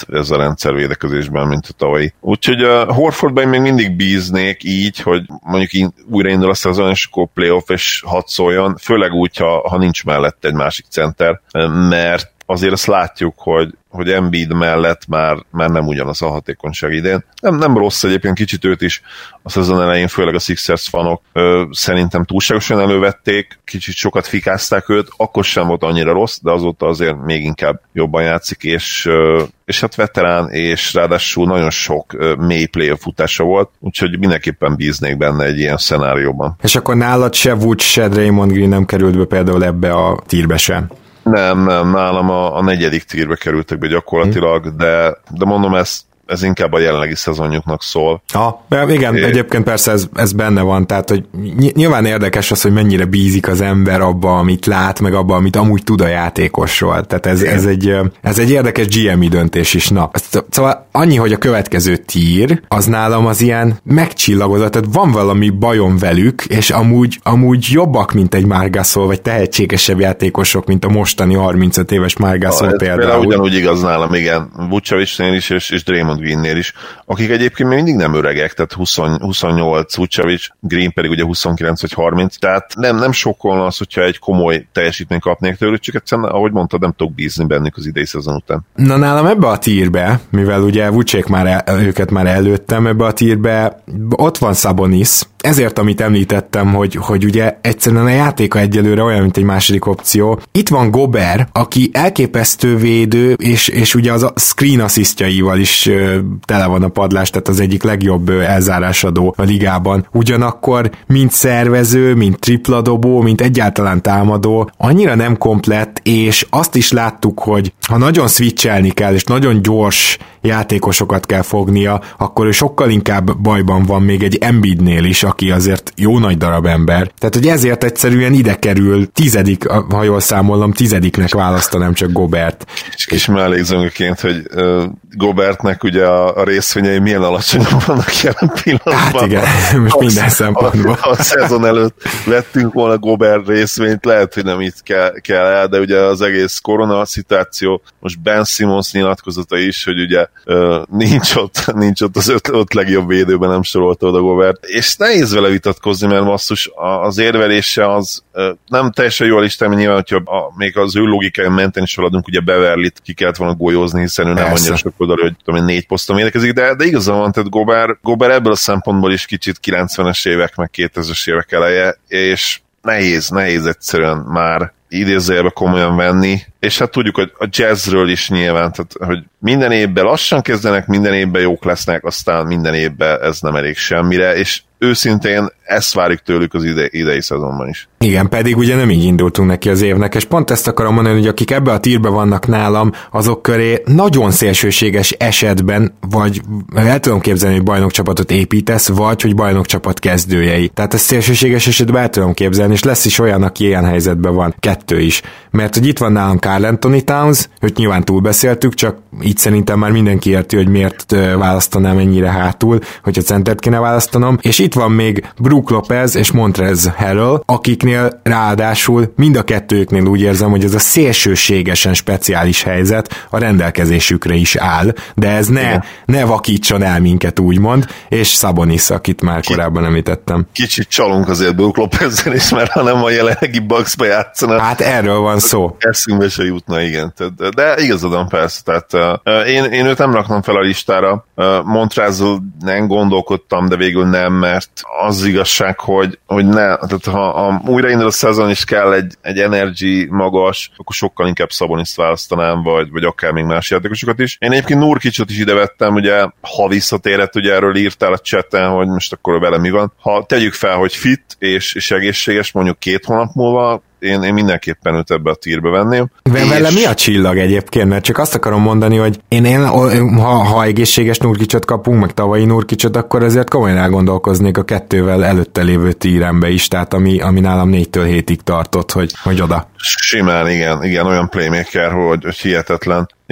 volt ez a rendszer védekezésben, mint a tavalyi. Úgyhogy a Horfordban még mindig bíznék így, hogy mondjuk így újraindul a szezon, és akkor playoff és hadd szóljon, főleg úgy, ha, ha nincs mellett egy másik center, mert azért azt látjuk, hogy, hogy Embiid mellett már, már nem ugyanaz a hatékonyság idén. Nem, nem rossz egyébként, kicsit őt is a szezon elején, főleg a Sixers fanok ö, szerintem túlságosan elővették, kicsit sokat fikázták őt, akkor sem volt annyira rossz, de azóta azért még inkább jobban játszik, és, ö, és hát veterán, és ráadásul nagyon sok ö, mély playoff futása volt, úgyhogy mindenképpen bíznék benne egy ilyen szenárióban. És akkor nálad se Vuc, se Draymond Green nem került be például ebbe a tírbe sem? Nem, nem, nálam a, a negyedik tírbe kerültek be gyakorlatilag, de, de mondom, ez, ez inkább a jelenlegi szezonjuknak szól. Ha, igen, é. Egyébként persze ez, ez benne van, tehát hogy nyilván érdekes az, hogy mennyire bízik az ember abba, amit lát, meg abba, amit amúgy tud a játékosról. Tehát ez, ez, egy, ez egy érdekes gé em i döntés is. Na, szóval annyi, hogy a következő tír, az nálam az ilyen megcsillagozott, tehát van valami bajom velük, és amúgy, amúgy jobbak, mint egy Marc Gasol, vagy tehetségesebb játékosok, mint a mostani harmincöt éves Marc Gasol ja, például. Például ugyanúgy igaz nálam, igen, Vucevicnél is, és, és Draymond Greennél is, akik egyébként még mindig nem öregek, tehát húsz, huszonnyolc Vucevic, Green pedig ugye huszonkilenc vagy harminc, tehát nem, nem sokkolna az, hogyha egy komoly teljesítményt kapnék tőlük, csak egyszerűen, ahogy mondtad, nem tudok bízni bennük az idei szezon után. Na nálam ebbe a tírbe, mivel ugye Vucék már el, őket már előttem, ebbe a tírbe ott van Sabonis, ezért, amit említettem, hogy, hogy ugye egyszerűen a játéka egyelőre olyan, mint egy második opció. Itt van Gobert, aki elképesztő védő, és, és ugye az a screen asszisztjaival is ö, tele van a padlás, tehát az egyik legjobb ö, elzárásadó a ligában. Ugyanakkor mint szervező, mint tripladobó, mint egyáltalán támadó, annyira nem komplett, és azt is láttuk, hogy ha nagyon switchelni kell, és nagyon gyors játékosokat kell fognia, akkor ő sokkal inkább bajban van még egy Embiidnél is, aki azért jó nagy darab ember. Tehát, hogy ezért egyszerűen ide kerül tizedik, ha jól számolom, tizediknek választanám csak Gobert. És kis mellékzőnként, hogy uh, Gobertnek ugye a, a részvényei milyen alacsonyak vannak jelen pillanatban. Hát igen, most minden szempontból. A, a szezon előtt vettünk volna Gobert részvényt, lehet, hogy nem itt kell, kell el, de ugye az egész korona szituáció, most Ben Simmons nyilatkozata is, hogy ugye uh, nincs ott, nincs ott az öt, öt legjobb védőben, nem sorolta oda Gobert. És nehéz vele vitatkozni, mert basszus, az érvelése az uh, nem teljesen jó a listán, mert nyilván, hogyha a, még az ő logikáján mentén is haladunk, ugye Beverlyt ki kellett volna golyózni, hiszen ő nem Persze. annyira sok oldalú, hogy tudom, négy poszton védekezik, de, de igazán van, tehát Gobert, Gobert ebből a szempontból is kicsit kilencvenes évek, meg kétezres évek eleje, és nehéz, nehéz egyszerűen már idézőjelbe komolyan venni, és hát tudjuk, hogy a jazzről is nyilván, tehát, hogy minden évben lassan kezdenek, minden évben jók lesznek, aztán minden évben ez nem elég semmire, és őszintén ezt várjuk tőlük az ide, idei szezonban is. Igen, pedig ugye nem így indultunk neki az évnek, és pont ezt akarom mondani, hogy akik ebbe a tírbe vannak nálam, azok köré nagyon szélsőséges esetben, vagy el tudom képzelni, hogy bajnokcsapatot építesz, vagy hogy bajnokcsapat kezdőjei. Tehát ezt szélsőséges esetben el tudom képzelni, és lesz is olyan, aki ilyen helyzetben van, kettő is. Mert hogy itt van nálam Karl Anthony Towns, őt nyilván túlbeszéltük, csak így szerintem már mindenki érti, hogy miért választanám ennyire hátul, hogyha centert kéne választanom, és itt van még Brook Lopez és Montrezl Harrell, akiknél ráadásul mind a kettőknél úgy érzem, hogy ez a szélsőségesen speciális helyzet a rendelkezésükre is áll, de ez ne, ne vakítson el minket, úgymond, és Sabonis, akit már korábban említettem. Kicsit csalunk azért Brook Lopezzel is, mert ha nem a jelenlegi Bucksba játszanak. Hát erről van szó. Eszünkbe se jutna, igen. De igazadon persze, tehát uh, én, én őt nem raknom fel a listára, uh, Montrezl nem gondolkodtam, de végül nem, mert az igazság, hogy, hogy ne, tehát ha, ha újraindul a szezon is kell egy, egy energy magas, akkor sokkal inkább Szaboniszt választanám, vagy, vagy akár még más játékosokat is. Én egyébként Nurkicsot is ide vettem, ugye, ha visszatérhet, ugye erről írtál a chaten, hogy most akkor vele mi van. Ha tegyük fel, hogy fit és, és egészséges, mondjuk két hónap múlva, Én, én mindenképpen őt ebbe a tírbe venném. Vele és... mi a csillag egyébként? Mert csak azt akarom mondani, hogy én, én ha, ha egészséges Nurkicsot kapunk, meg tavalyi Nurkicsot, akkor ezért komolyan elgondolkoznék a kettővel előtte lévő tírembe is, tehát ami, ami nálam négytől hétig tartott, hogy, hogy oda. Simán, igen, igen, olyan playmaker, hogy, hogy hihetetlen.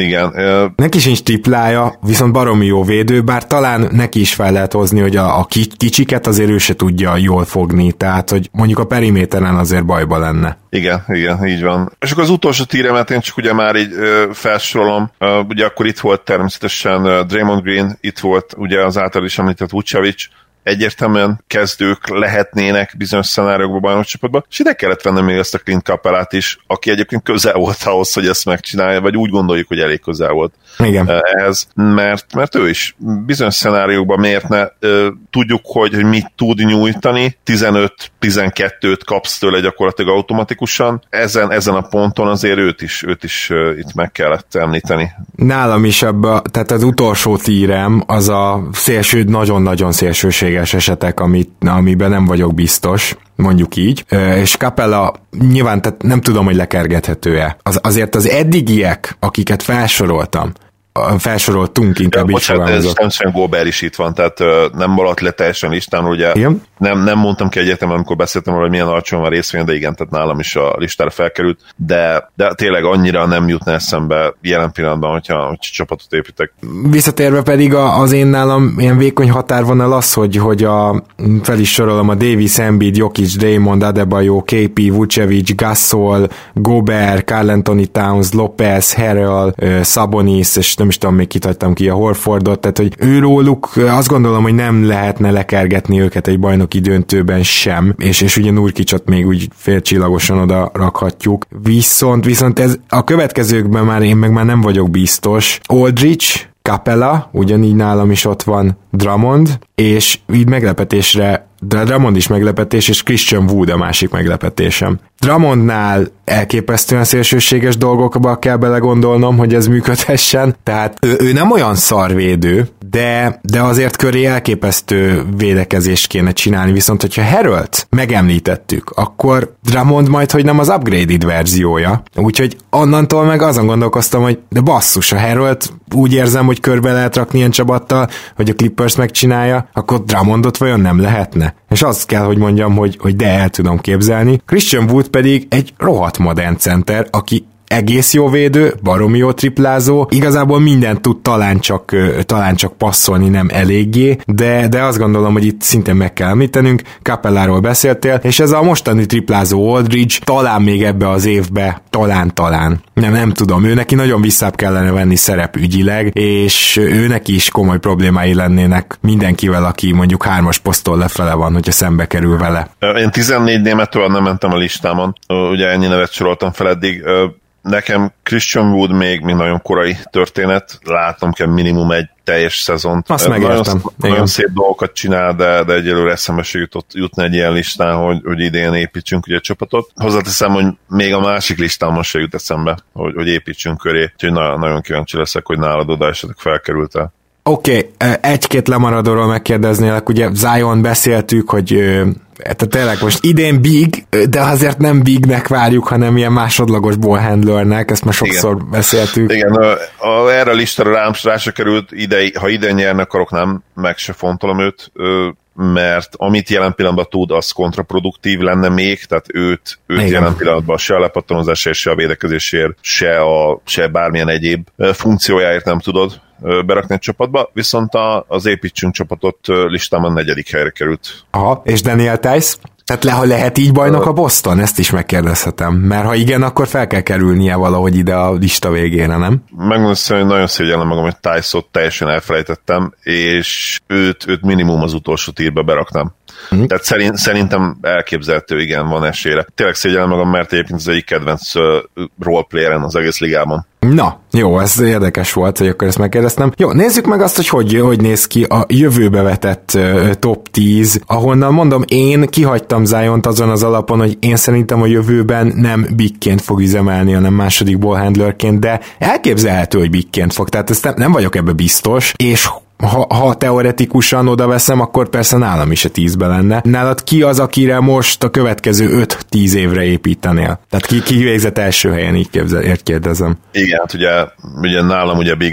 Igen. Neki sincs triplája, viszont baromi jó védő, bár talán neki is fel lehet hozni, hogy a, a kicsiket azért ő se tudja jól fogni, tehát hogy mondjuk a periméteren azért bajba lenne. Igen, igen, így van. És akkor az utolsó tíremet én csak ugye már így ö, felsorolom. Ö, ugye akkor itt volt természetesen ö, Draymond Green, itt volt ugye az által is említett Vucevic, egyértelműen kezdők lehetnének bizonyos szenáriókban bajnokcsapatban, és ide kellett venni még ezt a Clint Capellát is, aki egyébként közel volt ahhoz, hogy ezt megcsinálja, vagy úgy gondoljuk, hogy elég közel volt. Igen. Ehhez, mert, mert ő is bizonyos szenáriókban miért ne tudjuk, hogy, hogy mit tud nyújtani, tizenöt-tizenkettőt kapsz tőle gyakorlatilag automatikusan, ezen, ezen a ponton azért őt is, őt is uh, itt meg kellett említeni. Nálam is ebbe, tehát az utolsó tírem az a szélső, nagyon-nagyon szélsőséges esetek, amit, amiben nem vagyok biztos, mondjuk így, és Capella nyilván tehát nem tudom, hogy lekergethető-e. Az, azért az eddigiek, akiket felsoroltam, felsoroltunk inkább ja, így fogalmazott. Bocsánat, Gobert is itt van, tehát uh, nem maradt le teljesen listán, ugye nem, nem mondtam ki egyértelműen, amikor beszéltem arra, hogy milyen alacsony van részvény, de igen, tehát nálam is a listára felkerült, de, de tényleg annyira nem jutna eszembe jelen pillanatban, hogyha, hogyha csapatot építek. Visszatérve pedig az én nálam ilyen vékony határvonal az, hogy, hogy a, fel is sorolom a Davis, Embiid, Jokic, Draymond, Adebayo, ká pé, Vucevic, Gasol, Gobert, Karl Anthony Towns, Lopez, Harrell, Sabonis, és nem is tudom, még kitadtam ki a Horfordot, tehát hogy őróluk azt gondolom, hogy nem lehetne lekergetni őket egy bajnoki döntőben sem, és, és ugye Nurkicsot még úgy félcsillagosan oda rakhatjuk. Viszont, viszont ez a következőkben már én meg már nem vagyok biztos. Aldridge, Capella, ugyanígy nálam is ott van Drummond, és így meglepetésre de Drummond is meglepetés, és Christian Wood a másik meglepetésem. Drummondnál elképesztően szélsőséges dolgokba kell belegondolnom, hogy ez működhessen, tehát ő, ő nem olyan szarvédő, de, de azért köré elképesztő védekezést kéne csinálni, viszont hogyha Harrellt megemlítettük, akkor Drummond majd, hogy nem az upgraded verziója, úgyhogy onnantól meg azon gondolkoztam, hogy de basszus, a Harrellt úgy érzem, hogy körbe lehet rakni ilyen csapattal, hogy a Clippers megcsinálja, akkor Drummondot vajon nem lehetne? És azt kell, hogy mondjam, hogy, hogy de el tudom képzelni. Christian Wood pedig egy rohadt modern center, aki egész jó védő, baromi jó triplázó, igazából mindent tud talán csak, talán csak passzolni, nem eléggé, de, de azt gondolom, hogy itt szintén meg kell említenünk, Capelláról beszéltél, és ez a mostani triplázó Aldridge talán még ebbe az évbe, talán-talán, nem, nem tudom, ő neki nagyon visszább kellene venni szerepügyileg, és ő neki is komoly problémái lennének mindenkivel, aki mondjuk hármas poszttól lefele van, hogyha szembe kerül vele. Én tizennégy németről nem mentem a listámon, ugye ennyi nevet soroltam fel eddig. Nekem Christian Wood még, még nagyon korai történet, látnom kell minimum egy teljes szezont. Azt megértem. Nagyon, nagyon szép dolgokat csinál, de, de egyelőre eszembe se jutott, jutna egy ilyen listán, hogy, hogy idén építsünk ugye egy csapatot. Hozzáteszem, hogy még a másik listán most se jut eszembe, hogy, hogy építsünk köré. Úgyhogy nagyon, nagyon kíváncsi leszek, hogy nálad oda esetleg felkerült-e. Oké, okay, egy-két lemaradóról megkérdeznélek, ugye Zion beszéltük, hogy tehát tényleg most idén big, de azért nem bignek várjuk, hanem ilyen másodlagos ballhandlernek, ezt már sokszor igen. beszéltük. Igen, a, a, erre a listára rám rá se került, ide, ha idén nyernek akarok, nem, meg se fontolom őt, mert amit jelen pillanatban tud, az kontraproduktív lenne még, tehát őt, őt jelen pillanatban se a lepattanozásért, se a védekezésért, se, a, se bármilyen egyéb funkciójáért nem tudod berakni egy csapatba, viszont a, az építsünk csapatot listámon negyedik helyre került. Aha, és Daniel Tice? Tehát le, ha lehet így bajnok a Boston? Ezt is megkérdezhetem. Mert ha igen, akkor fel kell kerülnie valahogy ide a lista végére, nem? Megmondom, hogy nagyon szégyellem magam, hogy Tice-ot teljesen elfelejtettem, és őt, őt minimum az utolsó tírbe beraknám. Mm. Tehát szerint, szerintem elképzelhető, igen, van esélyre. Tényleg szégyellem magam, mert egyébként az egyik kedvenc uh, roleplayeren az egész ligában. Na, jó, ez érdekes volt, hogy akkor ezt megkérdeztem. Jó, nézzük meg azt, hogy hogy, hogy néz ki a jövőbe vetett uh, top tíz, ahonnan mondom, én kihagytam Ziont azon az alapon, hogy én szerintem a jövőben nem bigként fog üzemelni, hanem második ballhandlerként, de elképzelhető, hogy bigként fog, tehát ezt nem, nem vagyok ebbe biztos, és Ha, ha teoretikusan oda veszem, akkor persze nálam is a tízbe lenne. Nálad ki az, akire most a következő öt-tíz évre építenél? Tehát ki, ki végzett első helyen, így képzel, kérdezem. Igen, hát ugye, ugye nálam ugye Big Man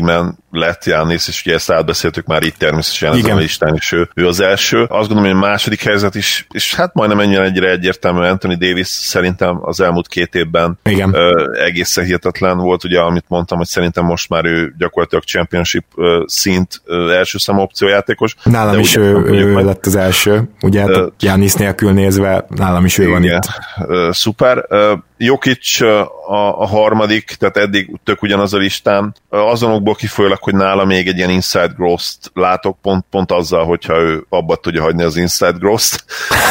lett Giannis, és ugye ezt átbeszéltük már itt természetesen ezen a listán is ő, ő az első. Azt gondolom, hogy a második helyzet is, és hát majdnem ennyire egyre egyértelmű, Anthony Davis szerintem az elmúlt két évben ö, egészen hihetetlen volt, ugye amit mondtam, hogy szerintem most már ő gyakorlatilag championship ö, szint ö, első számú opciójátékos. Nálam is ő, ő lett az első, ugye hát uh, Giannis nélkül nézve, nálam is ő igen, van itt. Uh, szuper. Uh, Jokic uh, a, a harmadik, tehát eddig tök ugyanaz a listám. Uh, azonokból kifolyólag, hogy nála még egy ilyen inside growth-t látok, pont, pont azzal, hogyha ő abba tudja hagyni az inside growth-t.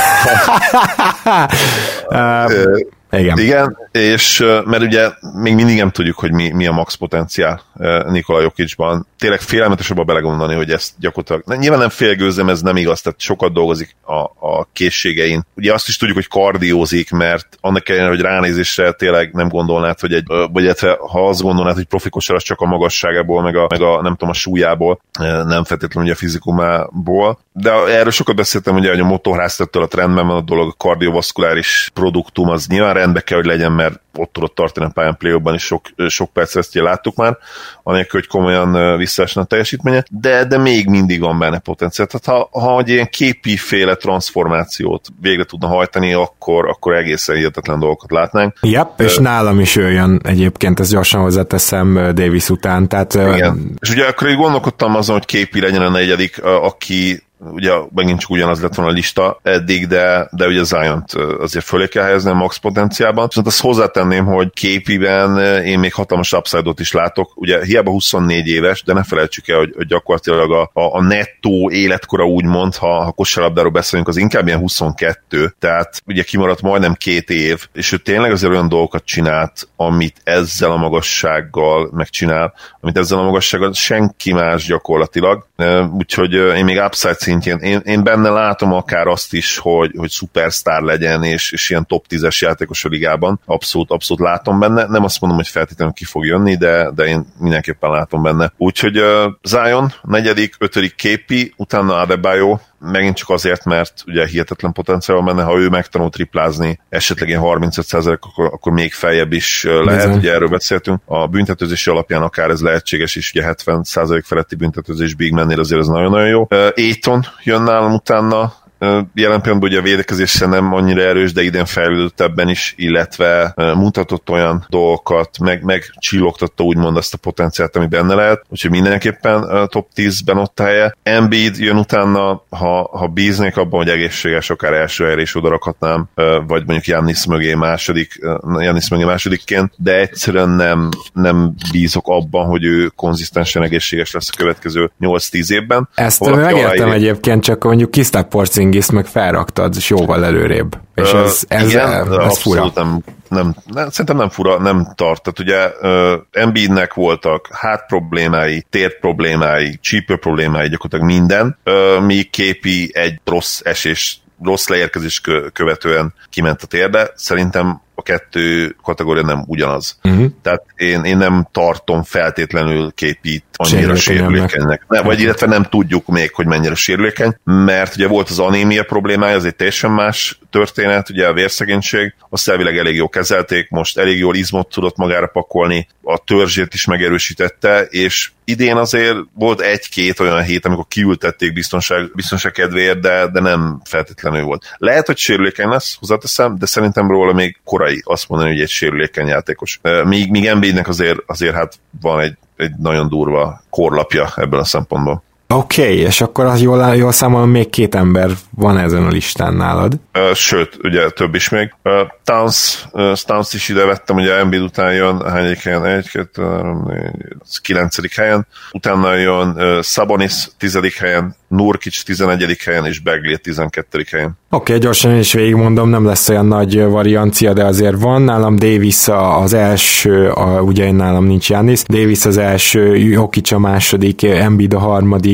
uh, Igen. Igen, és mert ugye még mindig nem tudjuk, hogy mi, mi a max potenciál Nikola Jokicban. Tényleg félelmetes abba belegondolni, hogy ezt gyakorlatilag, nyilván nem félgőzem, ez nem igaz, tehát sokat dolgozik a, a készségein. Ugye azt is tudjuk, hogy kardiózik, mert annak ellenére, hogy ránézésre tényleg nem gondolnád, hogy egy, vagy illetve ha azt gondolnád, hogy profikosra az csak a magasságából, meg a, meg a nem tudom, a súlyából, nem feltétlenül ugye a fizikumából. De erről sokat beszéltem, ugye, hogy a motorháztettől a trendben van a dolog, a kardiovaszkuláris produktum, az nyilván rendbe kell, hogy legyen, mert ott tudott tartani a pályán play-offban is sok, sok percre, ezt láttuk már, anélkül, hogy komolyan visszaesne a teljesítménye, de, de még mindig van benne potenciál. Tehát ha, ha egy ilyen képi-féle transformációt végre tudna hajtani, akkor, akkor egészen hihetetlen dolgokat látnánk. Yep, és uh, nálam is ő jön egyébként, ezt gyorsan hozzáteszem Davis után. Tehát, igen. Uh, és ugye akkor így gondolkodtam azon, hogy képi legyen a negyedik, aki ugye megint csak ugyanaz lett volna a lista eddig, de, de ugye Ziont azért fölé kell helyezni a max potenciálban. Viszont azt hozzátenném, hogy képiben én még hatalmas upside-ot is látok. Ugye hiába huszonnégy éves, de ne felejtsük el, hogy, hogy gyakorlatilag a, a nettó életkora úgymond, ha, ha kosárlabdáról beszélünk, az inkább ilyen huszonkettő, tehát ugye kimaradt majdnem két év, és ő tényleg azért olyan dolgokat csinált, amit ezzel a magassággal megcsinál, amit ezzel a magassággal senki más gyakorlatilag. Úgyhogy én még upside szintjén, én, én benne látom akár azt is, hogy, hogy szupersztár legyen, és, és ilyen top tízes játékos a ligában. Abszolút, abszolút látom benne. Nem azt mondom, hogy feltétlenül ki fog jönni, de, de én mindenképpen látom benne. Úgyhogy uh, Zion, negyedik, ötödik képi, utána Adebayo, megint csak azért, mert ugye hihetetlen potenciál van benne, ha ő megtanul triplázni, esetleg ilyen harmincöt százalék, akkor, akkor még feljebb is lehet, Bizony. Ugye erről beszéltünk. A büntetőzési alapján akár ez lehetséges is, ugye hetven százalék feletti büntetőzés Big Man-nél azért ez nagyon-nagyon jó. Uh, Ayton jön nálam utána, jelen pillanatban ugye a védekezésre nem annyira erős, de idén fejlődött ebben is, illetve mutatott olyan dolgokat, meg, meg csillogtatta úgymond azt a potenciált, ami benne lehet, úgyhogy mindenképpen top tízben ott helye. Embiid jön utána, ha, ha bíznék abban, hogy egészséges, akár első helyre is odarakhatnám, vagy mondjuk Giannis mögé második, Giannis mögé másodikként, de egyszerűen nem, nem bízok abban, hogy ő konzisztensen egészséges lesz a következő nyolc-tíz évben. Ezt megértem egyébként, csak mondjuk Krisztáp Porzingis meg felraktad, és jóval előrébb. És ez, ez, igen, ez, ez fura. Nem, nem, nem, szerintem nem fura, nem tart. Tehát ugye uh, Embiidnek voltak hát problémái, tért problémái, csípő problémái, gyakorlatilag minden, uh, míg képi egy rossz esés, rossz leérkezés követően kiment a térde. Szerintem a kettő kategória nem ugyanaz. Uh-huh. Tehát én, én nem tartom feltétlenül képít annyira sérülékenynek. Ne, vagy illetve nem tudjuk még, hogy mennyire sérülékeny, mert ugye volt az anémia problémája, az egy teljesen más történet, ugye a vérszegénység, azt elvileg elég jól kezelték, most elég jól izmot tudott magára pakolni, a törzsét is megerősítette, és idén azért volt egy-két olyan hét, amikor kiültették biztonság, biztonság kedvéért, de, de nem feltétlenül volt. Lehet, hogy sérülékeny lesz, hozzáteszem, de szerintem róla még korai azt mondani, hogy egy sérülékeny játékos. Míg, míg Embiidnek azért, azért hát van egy, egy nagyon durva korlapja ebből a szempontból. Oké, okay, és akkor az jól, jól számolom, még két ember van ezen a listán nálad. Uh, sőt, ugye több is még. Uh, Towns, uh, Towns is ide vettem, ugye Embiid után jön, hányadik helyen? egy, kettő, három, négy, kilencedik helyen. Utána jön uh, Sabonis tizedik helyen, Nurkic tizenegyedik helyen, és Bagley tizenkettedik helyen. Oké, okay, gyorsan is végigmondom, nem lesz olyan nagy variancia, de azért van. Nálam Davis az első, a, ugye nálam nincs Giannis, Davis az első, Jokic a második, Embiid a harmadik,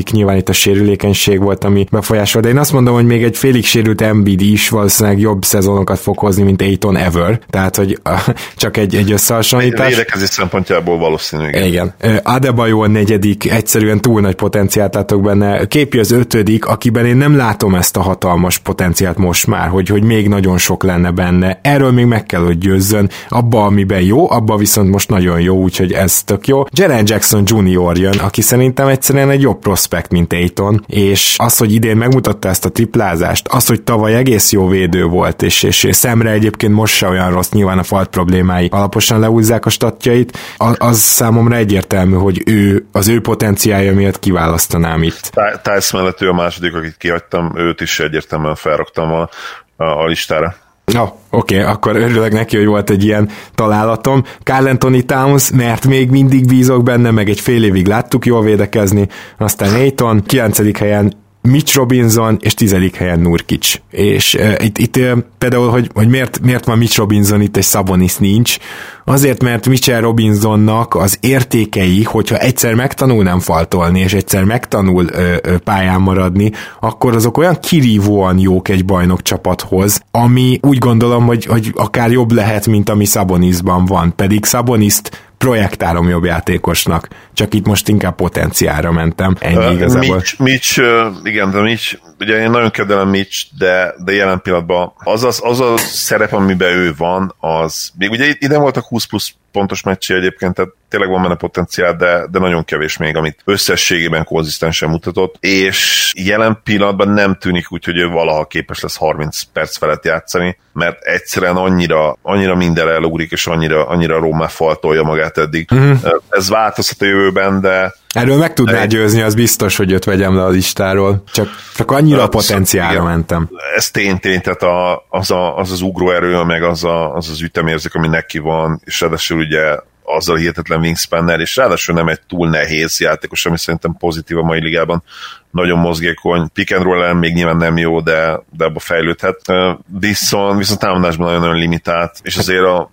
működik, nyilván itt a sérülékenység volt, ami befolyásolt, de én azt mondom, hogy még egy félig sérült Embiid is valószínűleg jobb szezonokat fog hozni, mint Ayton ever, tehát, hogy csak egy, egy összehasonlítás. Védekezés szempontjából valószínű. Igen. igen. Adebayo a negyedik, egyszerűen túl nagy potenciált látok benne. Képi az ötödik, akiben én nem látom ezt a hatalmas potenciált most már, hogy, hogy még nagyon sok lenne benne. Erről még meg kell, hogy győzzön. Abba, amiben jó, abba viszont most nagyon jó, úgyhogy ez tök jó. Jaren Jackson junior jön, aki szerintem egyszerűen egy jobb prospekt, mint Ayton, és az, hogy idén megmutatta ezt a triplázást, az, hogy tavaly egész jó védő volt, és, és szemre egyébként most se olyan rossz, nyilván a falt problémái alaposan leúzzák a statjait, az, az számomra egyértelmű, hogy ő, az ő potenciálja miatt kiválasztanám itt. Tice mellett ő a második, akit kihagytam, őt is egyértelműen felraktam a, a, a listára. No, oké, okay, akkor örülök neki, hogy volt egy ilyen találatom. Karl Anthony Towns, mert még mindig bízok benne, meg egy fél évig láttuk jól védekezni, aztán Ayton, kilencedik helyen Mitch Robinson, és tizedik helyen Nurkic. És uh, itt, itt uh, például, hogy, hogy miért, miért van Mitch Robinson itt, és Sabonis nincs, azért, mert Mitchell Robinsonnak az értékei, hogyha egyszer megtanul nem faltolni, és egyszer megtanul ö, ö, pályán maradni, akkor azok olyan kirívóan jók egy bajnok csapathoz, ami úgy gondolom, hogy, hogy akár jobb lehet, mint ami Sabonisban van. Pedig Saboniszt projektálom jobb játékosnak, csak itt most inkább potenciálra mentem. Ennyi uh, igazából. Mitch, Mitch uh, igen, de Mitch, ugye én nagyon kedvelem Mitch, de, de jelen pillanatban az, az, az a szerep, amiben ő van, az, még ugye ide voltak húsz plusz pontos meccsé egyébként, tehát tényleg van benne potenciál, de, de nagyon kevés még, amit összességében konzisztensen mutatott, és jelen pillanatban nem tűnik úgy, hogy ő valaha képes lesz harminc perc felett játszani, mert egyszerűen annyira, annyira minden elugrik, és annyira, annyira rommá faltolja magát eddig. Mm-hmm. Ez változhat a jövőben, de erről meg tudná győzni, az biztos, hogy őt vegyem le a listáról. Csak, csak annyira a potenciálra igen, mentem. Ez tény, tény, tehát a, az, a, az az ugróerő, meg az, a, az az ütemérzék, ami neki van, és ráadásul ugye azzal hihetetlen wingspannel, és ráadásul nem egy túl nehéz játékos, ami szerintem pozitív a mai ligában. Nagyon mozgékony, pick and roll ellen még nyilván nem jó, de, de abba fejlődhet. Viszont, viszont támadásban nagyon-nagyon limitált, és azért a,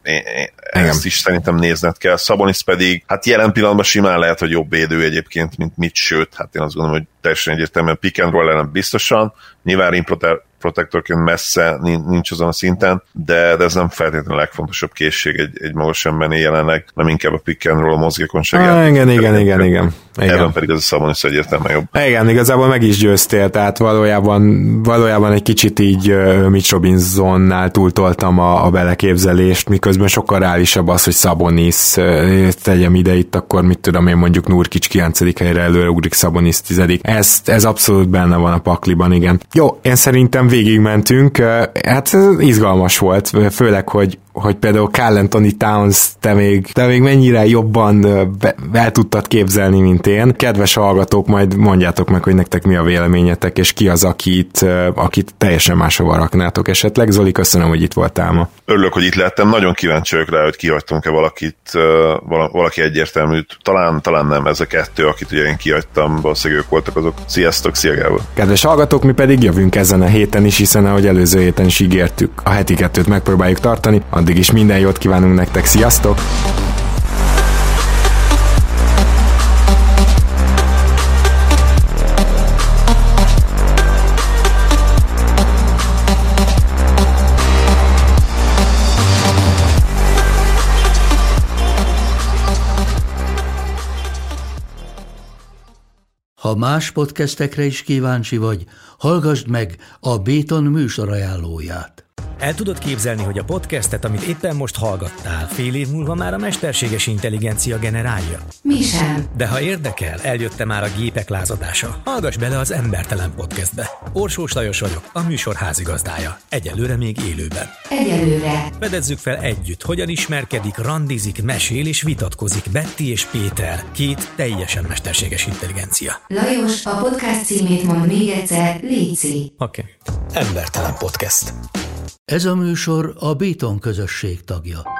ezt is szerintem nézned kell. Sabonis pedig, hát jelen pillanatban simán lehet, hogy jobb védő egyébként, mint mit, sőt, hát én azt gondolom, hogy teljesen egyértelműen pick and roll ellen biztosan, nyilván rim protectorként messze nincs azon a szinten, de, de ez nem feltétlenül a legfontosabb készség egy, egy magas embernél jelenleg, nem inkább a pick and roll mozgékonyság. Ah, igen, igen, igen, igen. Ebben pedig az a Sabonis egyértelműen jobb. Igen, igazából meg is győztél, tehát valójában, valójában egy kicsit így uh, Mitch Robinsonnál túltoltam a, a beleképzelést, miközben sokkal reálisabb az, hogy Sabonis uh, tegyem ide itt, akkor mit tudom én, mondjuk Nurkic kilencedik helyre előre ugrik, Sabonis tizedik. Ez, ez abszolút benne van a pakliban, igen. Jó, én szerintem végigmentünk, uh, hát izgalmas volt, főleg, hogy hogy például Karl Anthony Towns te még, te még mennyire jobban be, el tudtad képzelni, mint én. Kedves hallgatók, majd mondjátok meg, hogy nektek mi a véleményetek, és ki az, akit, akit teljesen máshova raknátok esetleg. Zoli, köszönöm, hogy itt voltál ma. Örülök, hogy itt lettem. Nagyon kíváncsi vagyok rá, hogy kihagytunk-e valakit, valaki egyértelműt. Talán, talán nem ez a kettő, akit ugye én kihagytam, valószínűleg ők voltak azok. Sziasztok, szia Gábor! Kedves hallgatók, mi pedig jövünk ezen a héten is, hiszen ahogy előző héten is ígértük, a heti kettőt megpróbáljuk tartani. Addig is minden jót kívánunk nektek, sziasztok! Ha más podcastekre is kíváncsi vagy, hallgassd meg a Béton műsor ajánlóját. El tudod képzelni, hogy a podcastet, amit éppen most hallgattál, fél év múlva már a mesterséges intelligencia generálja? Mi sem. De ha érdekel, eljötte már a gépek lázadása. Hallgass bele az Embertelen Podcastbe. Orsós Lajos vagyok, a műsor házigazdája. Egyelőre még élőben. Egyelőre. Fedezzük fel együtt, hogyan ismerkedik, randizik, mesél és vitatkozik Betty és Péter, két teljesen mesterséges intelligencia. Lajos, a podcast címét mond még egyszer, léci. Oké. Okay. Embertelen Podcast. Ez a műsor a Béton közösség tagja.